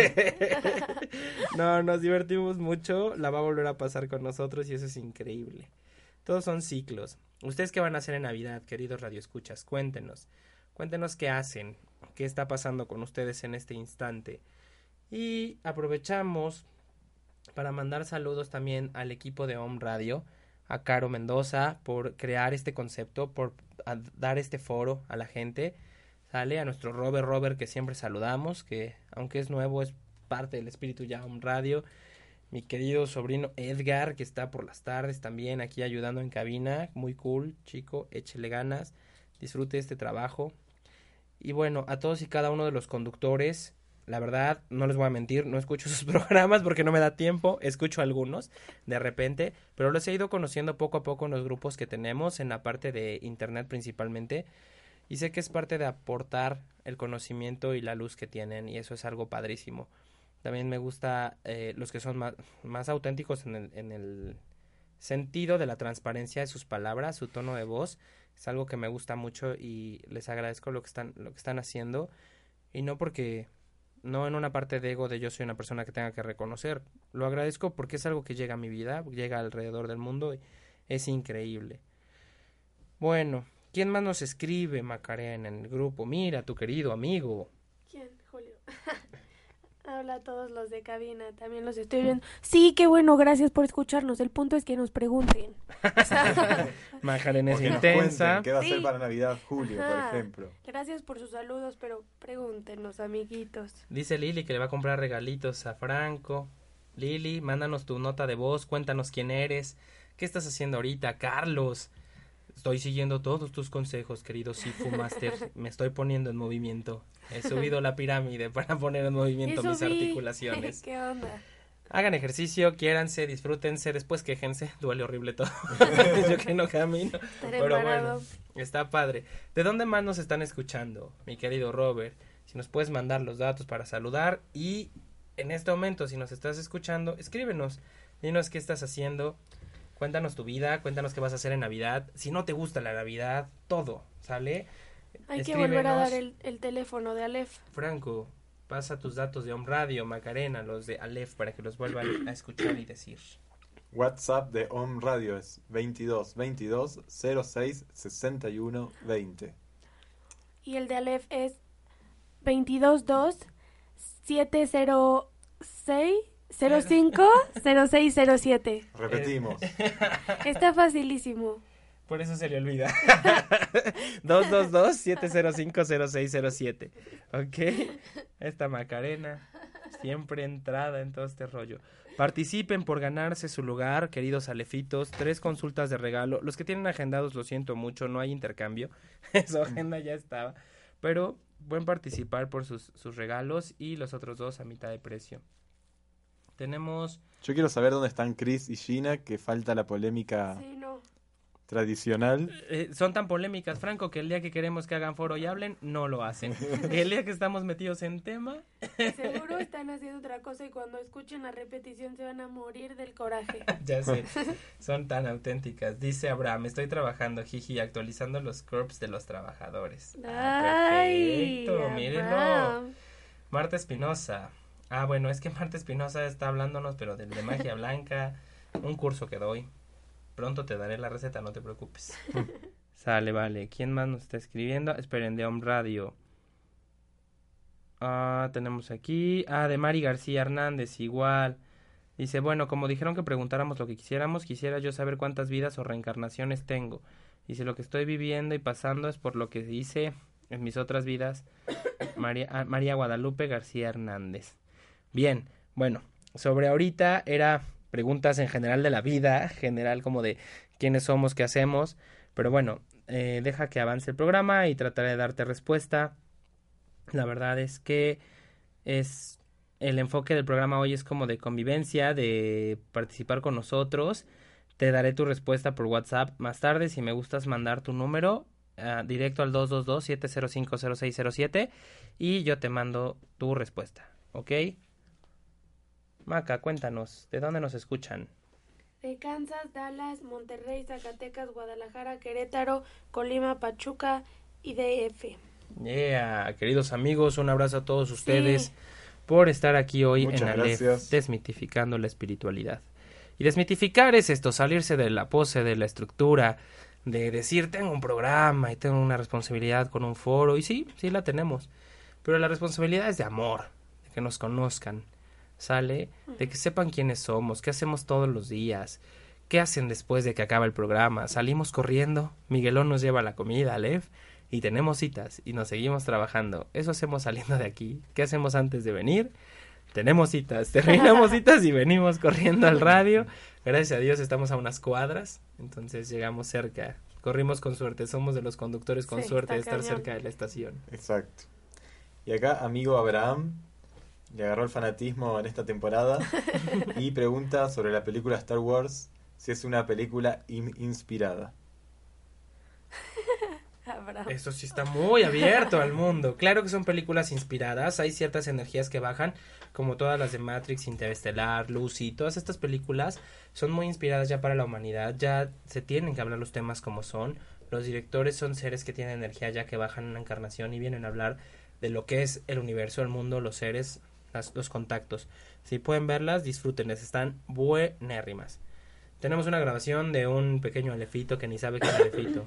No, nos divertimos mucho, la va a volver a pasar con nosotros y eso es increíble. Todos son ciclos. ¿Ustedes qué van a hacer en Navidad, queridos radioescuchas? Cuéntenos. Cuéntenos qué hacen, qué está pasando con ustedes en este instante. Y aprovechamos para mandar saludos también al equipo de Home Radio, a Caro Mendoza por crear este concepto, por a- dar este foro a la gente. Sale a nuestro Robert Robert que siempre saludamos, que aunque es nuevo es parte del espíritu ya Home Radio. Mi querido sobrino Edgar, que está por las tardes también aquí ayudando en cabina. Muy cool, chico, échele ganas, disfrute este trabajo. Y bueno, a todos y cada uno de los conductores, la verdad, no les voy a mentir, no escucho sus programas porque no me da tiempo, escucho algunos de repente, pero los he ido conociendo poco a poco en los grupos que tenemos, en la parte de internet principalmente, y sé que es parte de aportar el conocimiento y la luz que tienen, y eso es algo padrísimo. También me gusta eh, los que son más, más auténticos en el, en el sentido de la transparencia de sus palabras, su tono de voz. Es algo que me gusta mucho y les agradezco lo que están, lo que están haciendo. Y no porque, no en una parte de ego de yo soy una persona que tenga que reconocer. Lo agradezco porque es algo que llega a mi vida, llega alrededor del mundo y es increíble. Bueno, ¿quién más nos escribe, Macarena, en el grupo? Mira, tu querido amigo. ¿Quién? Julio. Habla a todos los de cabina, también los estoy viendo. Sí, qué bueno, gracias por escucharnos. El punto es que nos pregunten. Macarena es O que nos intensa. cuenten qué va a hacer Sí. para Navidad Julio, Ajá. por ejemplo. Gracias por sus saludos, pero pregúntenos, amiguitos. Dice Lili que le va a comprar regalitos a Franco. Lili, mándanos tu nota de voz, cuéntanos quién eres, qué estás haciendo ahorita. Carlos, estoy siguiendo todos tus consejos, querido Sifu Master. Me estoy poniendo en movimiento. He subido la pirámide para poner en movimiento Eso mis sí. articulaciones. ¿Qué onda? Hagan ejercicio, quiéranse, disfrútense, después quéjense. Duele horrible todo. Yo que no camino. Estar Pero embarado. bueno, está padre. ¿De dónde más nos están escuchando, mi querido Robert? Si nos puedes mandar los datos para saludar. Y en este momento, si nos estás escuchando, escríbenos. Dinos qué estás haciendo. Cuéntanos tu vida, cuéntanos qué vas a hacer en Navidad. Si no te gusta la Navidad, todo, ¿sale? Hay que volver a Escríbenos. dar el, el teléfono de Aleph. Franco, pasa tus datos de Home Radio, Macarena, los de Aleph, para que los vuelvan a escuchar y decir. WhatsApp de Home Radio es veintidós veintidós cero seis sesenta y uno veinte. Y el de Aleph es veintidós dos siete cero seis cero cinco cero seis cero siete. Repetimos. Está facilísimo. Por eso se le olvida. dos dos dos, siete cero cinco, cero seis cero siete. Ok. Esta Macarena, siempre entrada en todo este rollo. Participen por ganarse su lugar, queridos alefitos. Tres consultas de regalo. Los que tienen agendados, lo siento mucho, no hay intercambio. Su agenda ya estaba. Pero pueden participar por sus, sus regalos y los otros dos a mitad de precio. Tenemos... Yo quiero saber dónde están Chris y Gina, que falta la polémica Sí, no. tradicional. Eh, son tan polémicas, Franco, que el día que queremos que hagan foro y hablen, no lo hacen. El día que estamos metidos en tema... Seguro están haciendo otra cosa y cuando escuchen la repetición se van a morir del coraje. Ya sé, son tan auténticas. Dice Abraham, estoy trabajando, jiji, actualizando los cuerpos de los trabajadores. Ah, Ay, perfecto, mírenlo. Abraham. Marta Espinosa. Ah, bueno, es que Marta Espinosa está hablándonos, pero del de magia blanca, un curso que doy. Pronto te daré la receta, no te preocupes. Sale, vale. ¿Quién más nos está escribiendo? Esperen, de Home Radio. Ah, tenemos aquí. Ah, de Mari García Hernández, igual. Dice, bueno, como dijeron que preguntáramos lo que quisiéramos, quisiera yo saber cuántas vidas o reencarnaciones tengo. Dice, lo que estoy viviendo y pasando es por lo que hice en mis otras vidas. María, ah, María Guadalupe García Hernández. Bien, bueno, sobre ahorita era preguntas en general de la vida, general como de quiénes somos, qué hacemos, pero bueno, eh, deja que avance el programa y trataré de darte respuesta. La verdad es que es el enfoque del programa hoy es como de convivencia, de participar con nosotros. Te daré tu respuesta por WhatsApp más tarde, si me gustas mandar tu número uh, directo al dos dos dos, siete cero cinco, cero seis cero siete y yo te mando tu respuesta, ¿ok? Maca, cuéntanos, ¿de dónde nos escuchan? De Kansas, Dallas, Monterrey, Zacatecas, Guadalajara, Querétaro, Colima, Pachuca y D F. Yeah, queridos amigos, un abrazo a todos ustedes sí. por estar aquí hoy Muchas en Aleph, gracias. desmitificando la espiritualidad. Y desmitificar es esto, salirse de la pose, de la estructura, de decir tengo un programa y tengo una responsabilidad con un foro, y sí, sí la tenemos, pero la responsabilidad es de amor, de que nos conozcan, sale, de que sepan quiénes somos, qué hacemos todos los días, qué hacen después de que acaba el programa, salimos corriendo, Miguelón nos lleva la comida, Aleph, y tenemos citas, y nos seguimos trabajando, eso hacemos saliendo de aquí, ¿qué hacemos antes de venir? Tenemos citas, terminamos citas y venimos corriendo al radio, gracias a Dios estamos a unas cuadras, entonces llegamos cerca, corrimos con suerte, somos de los conductores con Sí, suerte de está estar cañón. cerca de la estación. Exacto. Y acá, amigo Abraham, le agarró el fanatismo en esta temporada y pregunta sobre la película Star Wars, si es una película in- inspirada. Abraham. Eso sí está muy abierto al mundo. Claro que son películas inspiradas, hay ciertas energías que bajan, como todas las de Matrix, Interestelar, Lucy, todas estas películas son muy inspiradas ya para la humanidad, ya se tienen que hablar los temas como son, los directores son seres que tienen energía ya que bajan en una encarnación y vienen a hablar de lo que es el universo, el mundo, los seres, las, los contactos. Si pueden verlas, disfrútenlas, están buenérrimas. Tenemos una grabación de un pequeño alefito que ni sabe qué es alefito.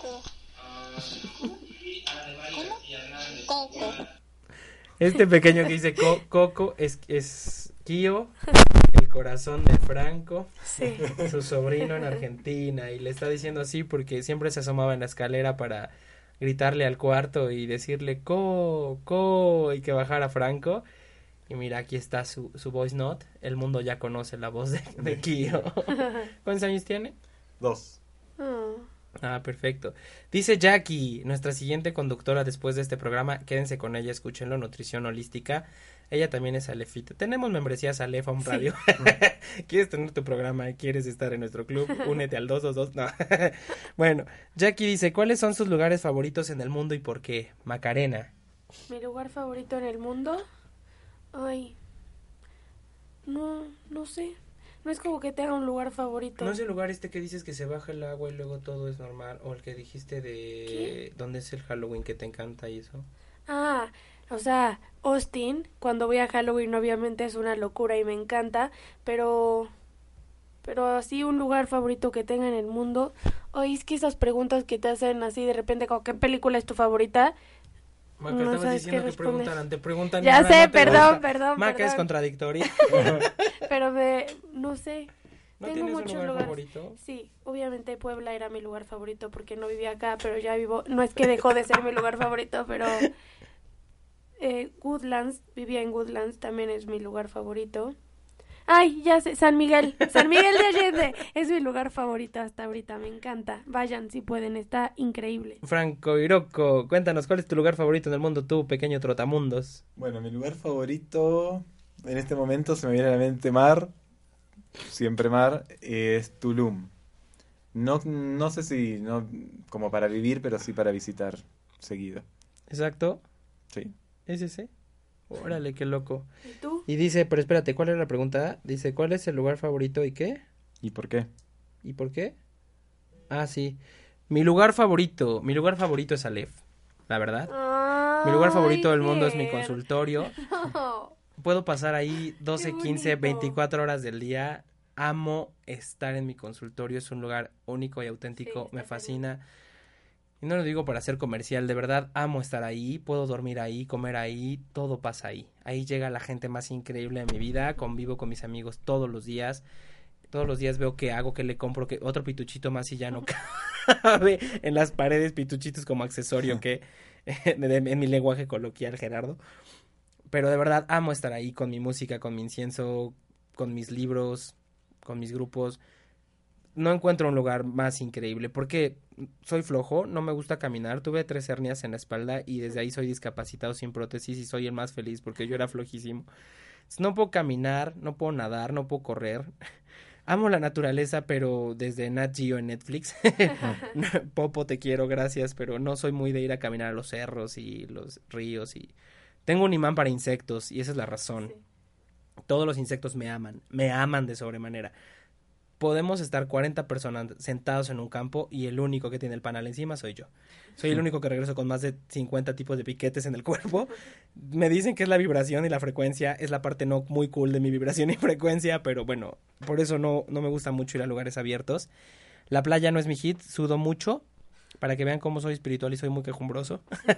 Coco. Este pequeño que dice co Coco es, es Kio, el corazón de Franco, Sí. su sobrino en Argentina, y le está diciendo así porque siempre se asomaba en la escalera para gritarle al cuarto y decirle co, co, y que bajara Franco. Y mira, aquí está su, su voice note, el mundo ya conoce la voz de, de Kio. ¿Cuántos años tiene? Dos. Oh. Ah, perfecto. Dice Jackie, nuestra siguiente conductora después de este programa, quédense con ella, escúchenlo, Nutrición Holística. Ella también es alefita. Tenemos membresías Aleph Home Radio. ¿Quieres tener tu programa? ¿Quieres estar en nuestro club? Únete al dos dos dos. No. Bueno, Jackie dice, ¿cuáles son sus lugares favoritos en el mundo y por qué? Macarena. Mi lugar favorito en el mundo. Ay. No, no sé. No es como que tenga un lugar favorito. ¿No es el lugar este que dices que se baja el agua y luego todo es normal? ¿O el que dijiste de ¿Qué? dónde es el Halloween que te encanta y eso? Ah, o sea, Austin, cuando voy a Halloween obviamente es una locura y me encanta, pero pero así un lugar favorito que tenga en el mundo. Oye, es que esas preguntas que te hacen así de repente como ¿qué película es tu favorita? Maca, No estabas sabes diciendo qué que preguntaran, responder. te preguntan. y Ya ahora sé, no te perdón, gusta. perdón, Maca es perdón. contradictoria. Pero me, no sé. ¿No Tengo tienes un muchos lugar lugares. favorito? Sí, obviamente Puebla era mi lugar favorito porque no vivía acá, pero ya vivo. No es que dejó de ser mi lugar favorito, pero eh, Woodlands, vivía en Woodlands, también es mi lugar favorito. Ay, ya sé, San Miguel, San Miguel de Allende es mi lugar favorito hasta ahorita, me encanta. Vayan si pueden, está increíble. Franco Iroco, cuéntanos, ¿cuál es tu lugar favorito en el mundo, tú, pequeño trotamundos? Bueno, mi lugar favorito en este momento se me viene a la mente mar, siempre mar, es Tulum. No, no sé si no como para vivir, pero sí para visitar seguido. Exacto, Sí. ¿es ese? Órale, qué loco. ¿Y tú? Y dice, pero espérate, ¿cuál era la pregunta? Dice, ¿cuál es el lugar favorito y qué? ¿Y por qué? ¿Y por qué? Ah, sí. Mi lugar favorito, mi lugar favorito es Aleph, la verdad. Mi lugar favorito del mundo es mi consultorio. No. Puedo pasar ahí doce, Qué quince, bonito. veinticuatro horas del día. Amo estar en mi consultorio, es un lugar único y auténtico, Sí, me está fascina. Y no lo digo para ser comercial, de verdad amo estar ahí, puedo dormir ahí, comer ahí, todo pasa ahí. Ahí llega la gente más increíble de mi vida, convivo con mis amigos todos los días. Todos los días veo qué hago, qué le compro, que otro pituchito más y ya no cabe en las paredes, pituchitos como accesorio que en mi lenguaje coloquial, Gerardo. Pero de verdad amo estar ahí con mi música, con mi incienso, con mis libros, con mis grupos. No encuentro un lugar más increíble porque soy flojo, no me gusta caminar, tuve tres hernias en la espalda y desde ahí soy discapacitado sin prótesis y soy el más feliz porque yo era flojísimo. No puedo caminar, no puedo nadar, no puedo correr. Amo la naturaleza, pero desde Nat Geo en Netflix. Popo, te quiero, gracias, pero no soy muy de ir a caminar a los cerros y los ríos y tengo un imán para insectos y esa es la razón. Sí. Todos los insectos me aman, me aman de sobremanera. Podemos estar cuarenta personas sentados en un campo y el único que tiene el panal encima soy yo. Soy el único que regreso con más de cincuenta tipos de piquetes en el cuerpo. Me dicen que es la vibración y la frecuencia, es la parte no muy cool de mi vibración y frecuencia, pero bueno, por eso no, no me gusta mucho ir a lugares abiertos. La playa no es mi hit, sudo mucho, para que vean cómo soy espiritual y soy muy quejumbroso.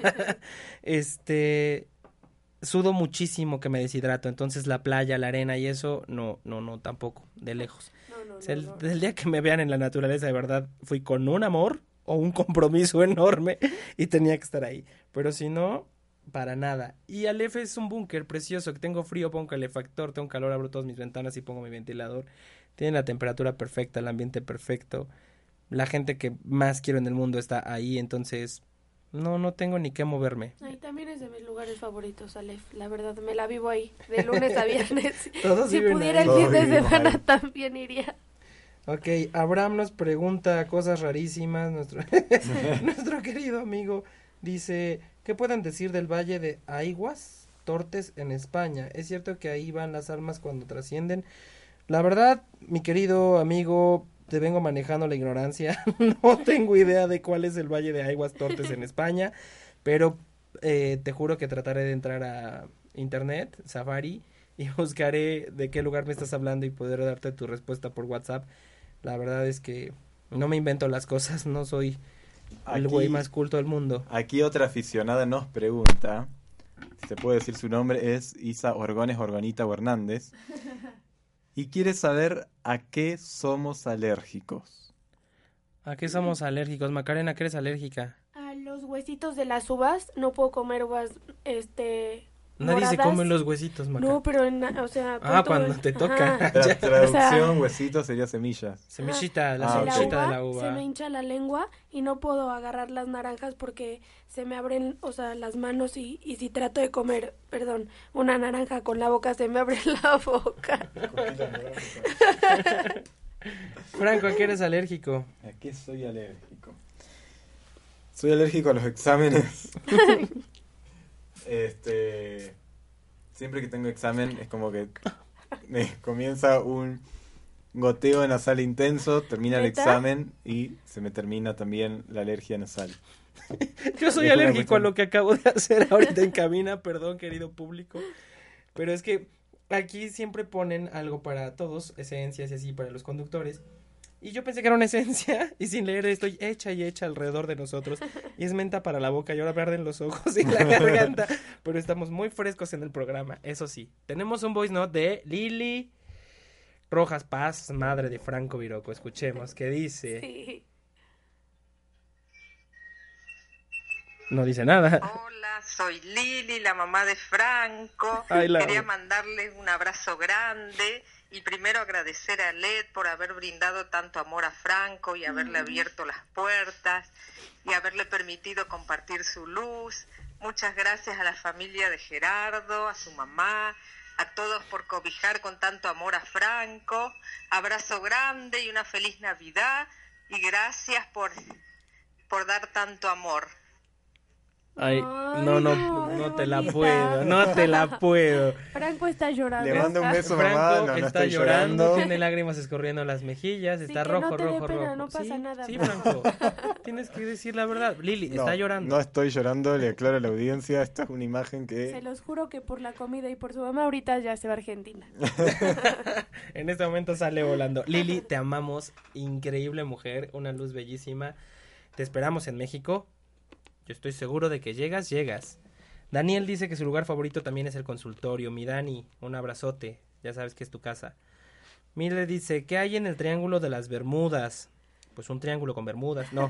este... Sudo muchísimo que me deshidrato, entonces la playa, la arena y eso, no, no, no, tampoco, de lejos. No, no, O sea, no, el, no. el día que me vean en la naturaleza, de verdad, fui con un amor o un compromiso enorme y tenía que estar ahí. Pero si no, para nada. Y Aleph es un búnker precioso, que tengo frío, pongo calefactor, tengo calor, abro todas mis ventanas y pongo mi ventilador. Tiene la temperatura perfecta, el ambiente perfecto. La gente que más quiero en el mundo está ahí, entonces no, no tengo ni qué moverme. Ay, también es de mis lugares favoritos, Aleph. La verdad, me la vivo ahí, de lunes a viernes. Todos Si viven pudiera ahí. el fin de Todos vivimos semana ahí. también iría. Ok, Abraham nos pregunta cosas rarísimas, nuestro, nuestro querido amigo dice, ¿qué pueden decir del Valle de Aiguas, Tortes en España? ¿Es cierto que ahí van las almas cuando trascienden? La verdad, mi querido amigo, te vengo manejando la ignorancia, no tengo idea de cuál es el Valle de Aiguas, Tortes en España, pero eh, te juro que trataré de entrar a internet, Safari, y buscaré de qué lugar me estás hablando y poder darte tu respuesta por WhatsApp. La verdad es que no me invento las cosas, no soy el Aquí- güey más culto del mundo. Aquí otra aficionada nos pregunta, si se puede decir su nombre, es Isa Orgones Orgonita o Hernández, y quiere saber a qué somos alérgicos. ¿A qué somos alérgicos? Macarena, ¿qué eres alérgica? A los huesitos de las uvas, no puedo comer uvas, este... Nadie se moradas. come los huesitos, Maca. No, pero, en, o sea... Ah, pon tu- cuando te toca. Ajá. Tra- Ya. traducción, O sea- huesitos sería semillas. Semillita, la Ah, la semillita uva, de la uva. se me hincha la lengua y no puedo agarrar las naranjas porque se me abren, o sea, las manos y, y si trato de comer, perdón, una naranja con la boca se me abre la boca. Franco, ¿a qué eres alérgico? ¿A qué soy alérgico? Soy alérgico a los exámenes. este, siempre que tengo examen es como que me comienza un goteo nasal intenso, termina el ¿Neta? examen y se me termina también la alergia nasal. Yo soy Es una alérgico a cuestión- lo que acabo de hacer ahorita en cabina, perdón, querido público. Pero es que aquí siempre ponen algo para todos, esencias y así para los conductores. Y yo pensé que era una esencia, y sin leer estoy hecha y hecha alrededor de nosotros. Y es menta para la boca, y ahora me arden los ojos y la garganta. Pero estamos muy frescos en el programa, eso sí. Tenemos un voice note de Lili Rojas Paz, madre de Franco Viroco. Escuchemos, ¿qué dice? Sí. No dice nada. Hola, soy Lili, la mamá de Franco. Ay, la... Quería mandarles un abrazo grande y primero agradecer a Led por haber brindado tanto amor a Franco y haberle abierto las puertas y haberle permitido compartir su luz. Muchas gracias a la familia de Gerardo, a su mamá, a todos por cobijar con tanto amor a Franco. Abrazo grande y una feliz Navidad y gracias por, por dar tanto amor. Ay, no, no, no te la puedo, no te la puedo. Franco está llorando. Le mando un beso, Franco mamá. No, no está estoy llorando, llorando. tiene lágrimas escorriendo en las mejillas, Sí, está que rojo, no te dé rojo, pena, rojo. no pasa sí, nada, sí, Franco. Franco, tienes que decir la verdad. Lili, No, está llorando. No estoy llorando, le aclaro a la audiencia. Esta es una imagen que... Se los juro que por la comida y por su mamá ahorita ya se va a Argentina. En este momento sale volando. Lili, te amamos, increíble mujer, una luz bellísima. Te esperamos en México. Yo estoy seguro de que llegas, llegas. Daniel dice que su lugar favorito también es el consultorio. Mi Dani, un abrazote, ya sabes que es tu casa. Mile dice, ¿qué hay en el Triángulo de las Bermudas? Pues un triángulo con bermudas, no.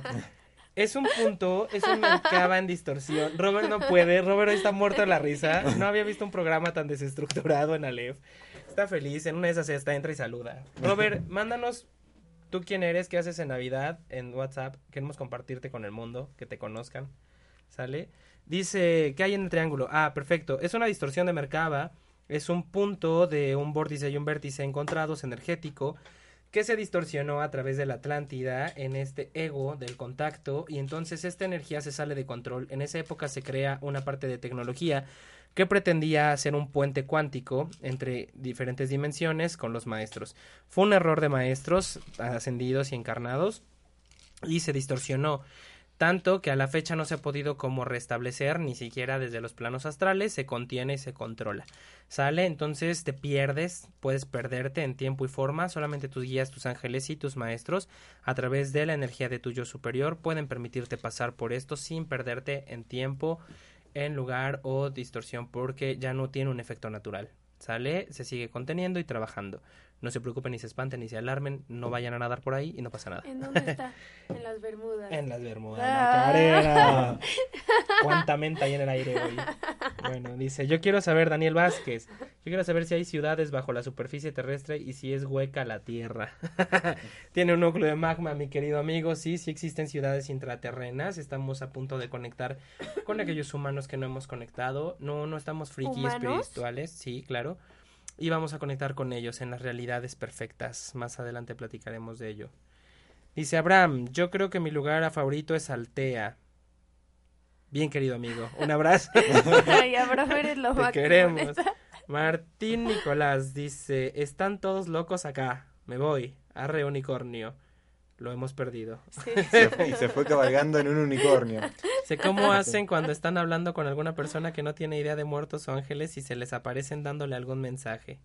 Es un punto, es una cava en distorsión. Robert no puede, Robert hoy está muerto de la risa. No había visto un programa tan desestructurado en Aleph. Está feliz, en una de esas está, entra y saluda. Robert, mándanos tú quién eres, qué haces en Navidad en WhatsApp. Queremos compartirte con el mundo, que te conozcan. ¿Sale? Dice, ¿qué hay en el triángulo? Ah, perfecto. Es una distorsión de Merkaba. Es un punto de un vórtice y un vértice encontrados energético que se distorsionó a través de la Atlántida en este ego del contacto y entonces esta energía se sale de control. En esa época se crea una parte de tecnología que pretendía hacer un puente cuántico entre diferentes dimensiones con los maestros. Fue un error de maestros ascendidos y encarnados y se distorsionó. Tanto que a la fecha no se ha podido como restablecer, ni siquiera desde los planos astrales, se contiene y se controla. ¿Sale? Entonces te pierdes, puedes perderte en tiempo y forma, solamente tus guías, tus ángeles y tus maestros, a través de la energía de tu yo superior, pueden permitirte pasar por esto sin perderte en tiempo, en lugar o distorsión, porque ya no tiene un efecto natural. ¿Sale? Se sigue conteniendo y trabajando. No se preocupen ni se espanten ni se alarmen, no vayan a nadar por ahí y no pasa nada. ¿En dónde está? En las Bermudas. En las Bermudas, Ah. Macarena. Cuánta menta hay en el aire hoy. Bueno, dice, yo quiero saber, Daniel Vázquez, yo quiero saber si hay ciudades bajo la superficie terrestre y si es hueca la Tierra. Tiene un núcleo de magma, mi querido amigo. Sí, sí existen ciudades intraterrenas. Estamos a punto de conectar con aquellos humanos que no hemos conectado. No, no estamos friki ¿Humanos? espirituales. Sí, claro. Y vamos a conectar con ellos en las realidades perfectas. Más adelante platicaremos de ello. Dice Abraham, yo creo que mi lugar favorito es Altea. Bien, querido amigo, un abrazo. Ay, Abraham, eres lo Te máximo, queremos. neta. Martín Nicolás dice, están todos locos acá, me voy, arre unicornio. Lo hemos perdido. Sí. Se fue- y se fue cabalgando en un unicornio. Sé cómo hacen cuando están hablando con alguna persona que no tiene idea de muertos o ángeles y se les aparecen dándole algún mensaje.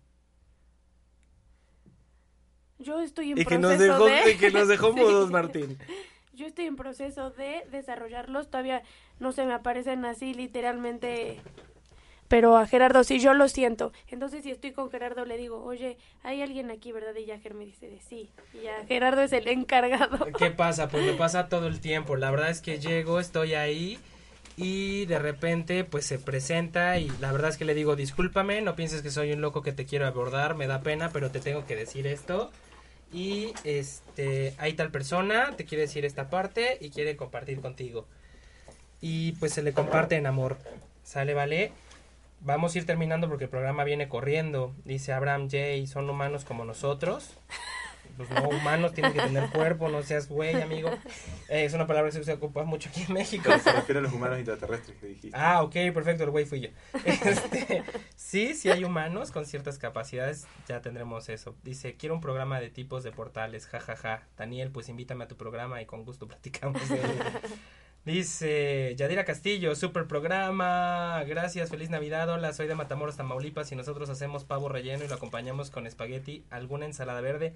Yo estoy en Y que proceso nos dejó, de... y que nos dejó Sí. mudos, Martín. Yo estoy en proceso de desarrollarlos. Todavía no se me aparecen así literalmente. Pero a Gerardo sí, yo lo siento. Entonces si estoy con Gerardo le digo, oye, hay alguien aquí, ¿verdad? Y ya Ger me dice de sí. Y ya Gerardo es el encargado. ¿Qué pasa? Pues me pasa todo el tiempo. La verdad es que llego, estoy ahí y de repente pues se presenta y la verdad es que le digo, discúlpame, no pienses que soy un loco que te quiero abordar, me da pena, pero te tengo que decir esto. Y este, hay tal persona, te quiere decir esta parte y quiere compartir contigo. Y pues se le comparte en amor. ¿Sale, vale? Vamos a ir terminando porque el programa viene corriendo. Dice Abraham J, son humanos como nosotros. Pues no, humanos tienen que tener cuerpo, no seas güey, amigo. Eh, es una palabra que se ocupa mucho aquí en México. Se refiere a los humanos intraterrestres que dijiste. Ah, ok, perfecto, el güey fui yo. Este, sí, sí hay humanos con ciertas capacidades, ya tendremos eso. Dice, quiero un programa de tipos de portales, jajaja. Ja, ja. Daniel, pues invítame a tu programa y con gusto platicamos de ello. Dice Yadira Castillo, super programa, gracias, feliz Navidad, hola, soy de Matamoros, Tamaulipas y nosotros hacemos pavo relleno y lo acompañamos con espagueti, alguna ensalada verde.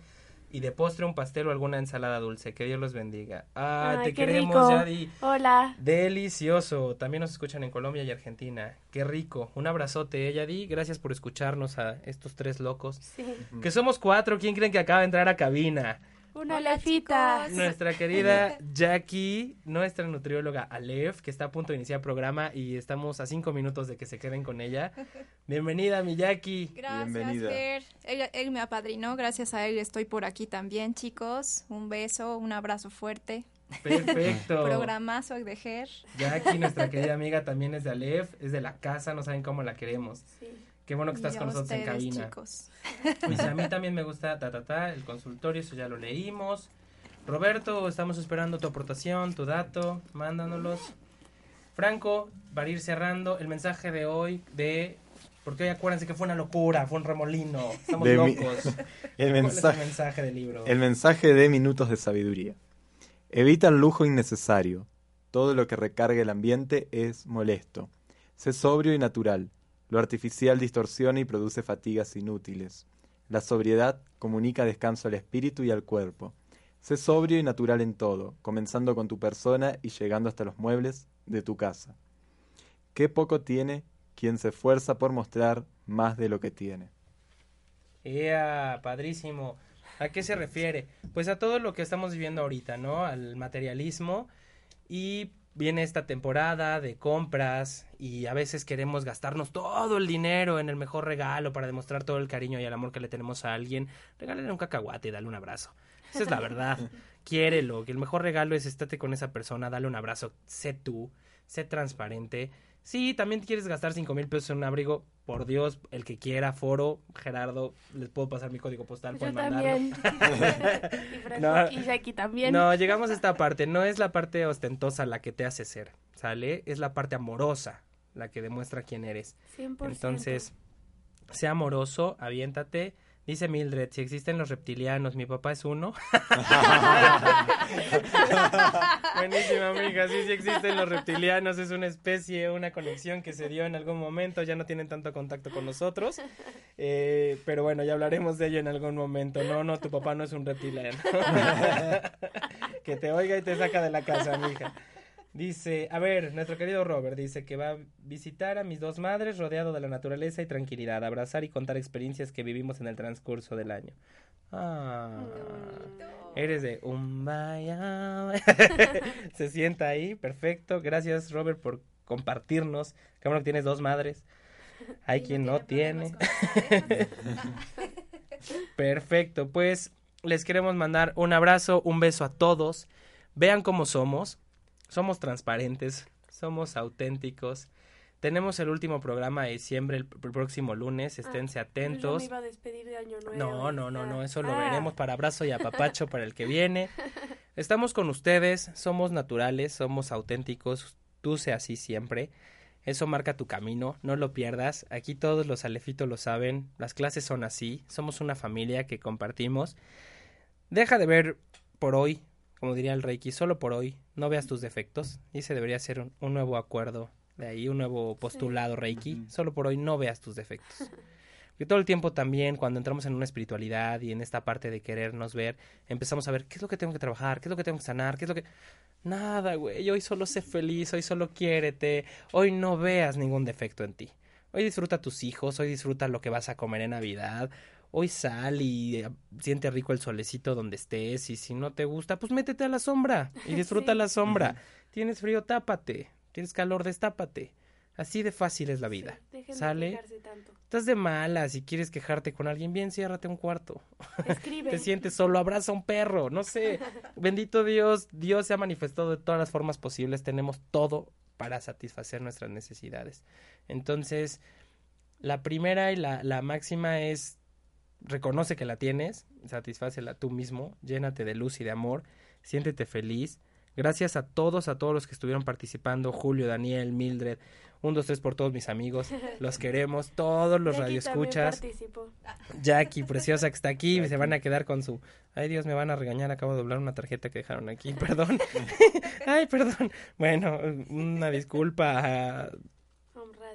y de postre un pastel o alguna ensalada dulce. Que Dios los bendiga. Ah, Ay, te qué queremos, rico. Yadi. Hola. Delicioso. También nos escuchan en Colombia y Argentina. Qué rico. Un abrazote, Yadi. Gracias por escucharnos a estos tres locos. Sí. Que somos cuatro. ¿Quién creen que acaba de entrar a cabina? Una Hola, lefita. chicos. Nuestra querida Jackie, nuestra nutrióloga Aleph, que está a punto de iniciar programa y estamos a cinco minutos de que se queden con ella. Bienvenida, mi Jackie. Gracias, Bienvenida. Fer. Él, él me apadrinó, gracias a él estoy por aquí también, chicos. Un beso, un abrazo fuerte. Perfecto. Programazo de Ger. Jackie, nuestra querida amiga, también es de Aleph, es de la casa, no saben cómo la queremos. Sí. Qué bueno que estás Y a con nosotros en ustedes, cabina. chicos. Pues a mí también me gusta ta, ta, ta, el consultorio, eso ya lo leímos. Roberto, estamos esperando tu aportación, tu dato, mándanos. Franco, para ir cerrando, el mensaje de hoy de... Porque hoy acuérdense que fue una locura, fue un remolino, estamos De mi- locos. El ¿Cuál es mensaje, el mensaje del libro? el mensaje de Minutos de Sabiduría. Evita el lujo innecesario. Todo lo que recargue el ambiente es molesto. Sé sobrio y natural. Lo artificial distorsiona y produce fatigas inútiles. La sobriedad comunica descanso al espíritu y al cuerpo. Sé sobrio y natural en todo, comenzando con tu persona y llegando hasta los muebles de tu casa. Qué poco tiene quien se esfuerza por mostrar más de lo que tiene. ¡Ea! Padrísimo. ¿A qué se refiere? Pues a todo lo que estamos viviendo ahorita, ¿no? Al materialismo. Y viene esta temporada de compras y a veces queremos gastarnos todo el dinero en el mejor regalo para demostrar todo el cariño y el amor que le tenemos a alguien. Regálale un cacahuate y dale un abrazo. Esa es la verdad. Quiérelo, que el mejor regalo es estate con esa persona, dale un abrazo, sé tú, sé transparente. Sí, también quieres gastar cinco mil pesos en un abrigo, por Dios, el que quiera, Foro, Gerardo, les puedo pasar mi código postal, Yo pueden mandarlo. también. y, Franco, No. y Jackie también. No, llegamos a esta parte, no es la parte ostentosa la que te hace ser, ¿sale? Es la parte amorosa la que demuestra quién eres. cien por ciento. Entonces, sea amoroso, aviéntate. Dice Mildred, si existen los reptilianos, mi papá es uno. Buenísima, amiga. Sí, sí existen los reptilianos. Es una especie, una conexión que se dio en algún momento. Ya no tienen tanto contacto con nosotros. Eh, pero bueno, ya hablaremos de ello en algún momento. No, no, tu papá no es un reptiliano. Que te oiga y te saca de la casa, mija. Dice, a ver, nuestro querido Robert dice que va a visitar a mis dos madres rodeado de la naturaleza y tranquilidad, abrazar y contar experiencias que vivimos en el transcurso del año. Ah, eres de un vaya. Se sienta ahí, perfecto. Gracias, Robert, por compartirnos. Qué bueno que tienes dos madres. Hay Y quien no tiene. problemas con ¿eh? Perfecto, pues les queremos mandar un abrazo, un beso a todos. Vean cómo somos. Somos transparentes, somos auténticos. Tenemos el último programa de diciembre el, el próximo lunes, esténse Ah, atentos. Yo me iba a despedir de año nuevo. No, no, no, no, eso lo Ah. veremos para abrazo y apapacho para el que viene. Estamos con ustedes, somos naturales, somos auténticos, tú sé así siempre. Eso marca tu camino, no lo pierdas. Aquí todos los alefitos lo saben, las clases son así, somos una familia que compartimos. Deja de ver por hoy, como diría el Reiki, solo por hoy, no veas tus defectos. Y ese debería ser un, un nuevo acuerdo de ahí, un nuevo postulado Reiki. Ujú. Solo por hoy no veas tus defectos. Porque todo el tiempo también, cuando entramos en una espiritualidad y en esta parte de querernos ver, empezamos a ver qué es lo que tengo que trabajar, qué es lo que tengo que sanar, qué es lo que... Nada, güey, hoy solo sé feliz, hoy solo quiérete, hoy no veas ningún defecto en ti. Hoy disfruta a tus hijos, hoy disfruta lo que vas a comer en Navidad, hoy sal y eh, siente rico el solecito donde estés y si no te gusta, pues métete a la sombra y disfruta Sí. la sombra. Tienes frío, tápate, tienes calor, destápate. Así de fácil es la vida. Sí, dejen de ¿Sale? quejarse tanto. Estás de malas y quieres quejarte con alguien, bien, ciérrate un cuarto. Escribe. Te sientes solo, abraza a un perro, no sé. Bendito Dios, Dios se ha manifestado de todas las formas posibles, tenemos todo para satisfacer nuestras necesidades. Entonces, la primera y la, la máxima es, reconoce que la tienes, satisfácela tú mismo, llénate de luz y de amor, siéntete feliz. Gracias a todos, a todos los que estuvieron participando, Julio, Daniel, Mildred, un, dos, tres por todos mis amigos, los queremos, todos los Jackie radioescuchas. también participó. Jackie, preciosa, que está aquí, Jackie. se van a quedar con su... Ay, Dios, me van a regañar, acabo de doblar una tarjeta que dejaron aquí, perdón. Ay, perdón. Bueno, una disculpa a Home Radio.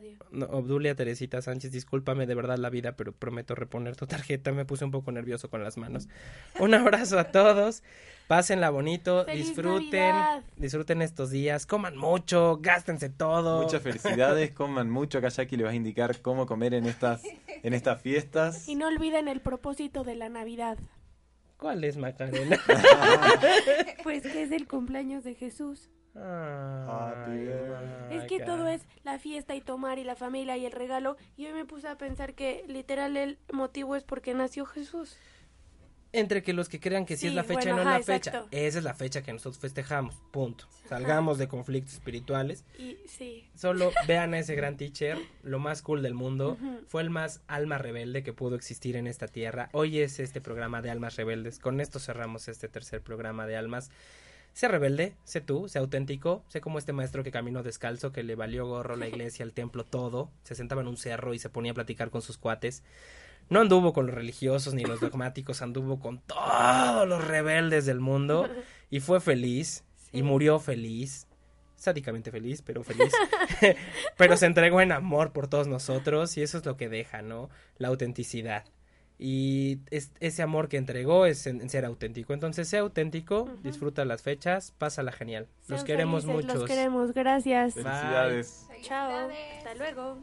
radio. No, Obdulia Teresita Sánchez, discúlpame de verdad la vida, pero prometo reponer tu tarjeta. Me puse un poco nervioso con las manos. Un abrazo a todos. Pásenla bonito, ¡Feliz disfruten, Navidad! disfruten estos días, coman mucho, gástense todo. Muchas felicidades, coman mucho. Acá Jackie le va a indicar cómo comer en estas, en estas fiestas. Y no olviden el propósito de la Navidad. ¿Cuál es, Macarena? Pues que es el cumpleaños de Jesús. Ay, Es que Maca. todo es la fiesta y tomar y la familia y el regalo. Y hoy me puse a pensar que literal el motivo es porque nació Jesús. Entre que los que crean que sí, Sí, es la fecha bueno, y no es ajá, la fecha. exacto. Esa es la fecha que nosotros festejamos, punto. Salgamos de conflictos espirituales. Y sí. Solo vean a ese gran teacher, lo más cool del mundo. Ujú. Fue el más alma rebelde que pudo existir en esta tierra. Hoy es este programa de Almas Rebeldes. Con esto cerramos este tercer programa de Almas. Sé rebelde, sé tú, sé auténtico, sé como este maestro que caminó descalzo, que le valió gorro la iglesia, el templo, todo. Se sentaba en un cerro y se ponía a platicar con sus cuates. No anduvo con los religiosos ni los dogmáticos, anduvo con todos los rebeldes del mundo y fue feliz Sí. y murió feliz, sádicamente feliz, pero feliz, pero se entregó en amor por todos nosotros y eso es lo que deja, ¿no? La autenticidad. Y es, ese amor que entregó es en, en ser auténtico. Entonces, sea auténtico, Ujú. disfruta las fechas, pásala genial. Los Sean queremos felices, muchos. Los queremos, gracias. Felicidades. Chao. Hasta luego.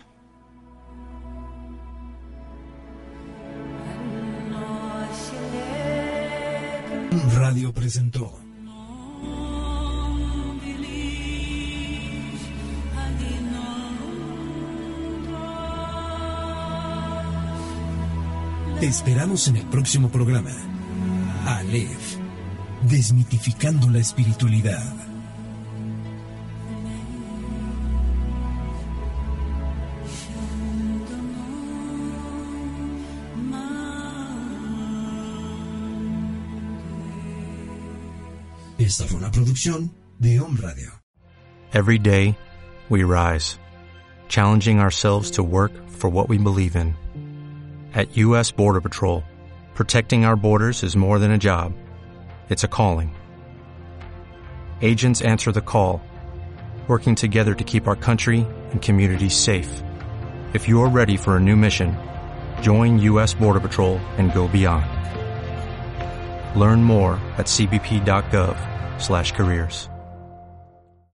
Radio presentó Te esperamos en el próximo programa. Aleph, desmitificando la espiritualidad. Esta fue una producción de Om Radio. Every day, we rise, challenging ourselves to work for what we believe in. At U S Border Patrol, protecting our borders is more than a job. It's a calling. Agents answer the call, working together to keep our country and communities safe. If you are ready for a new mission, join U S Border Patrol and go beyond. Learn more at c b p dot gov slash careers.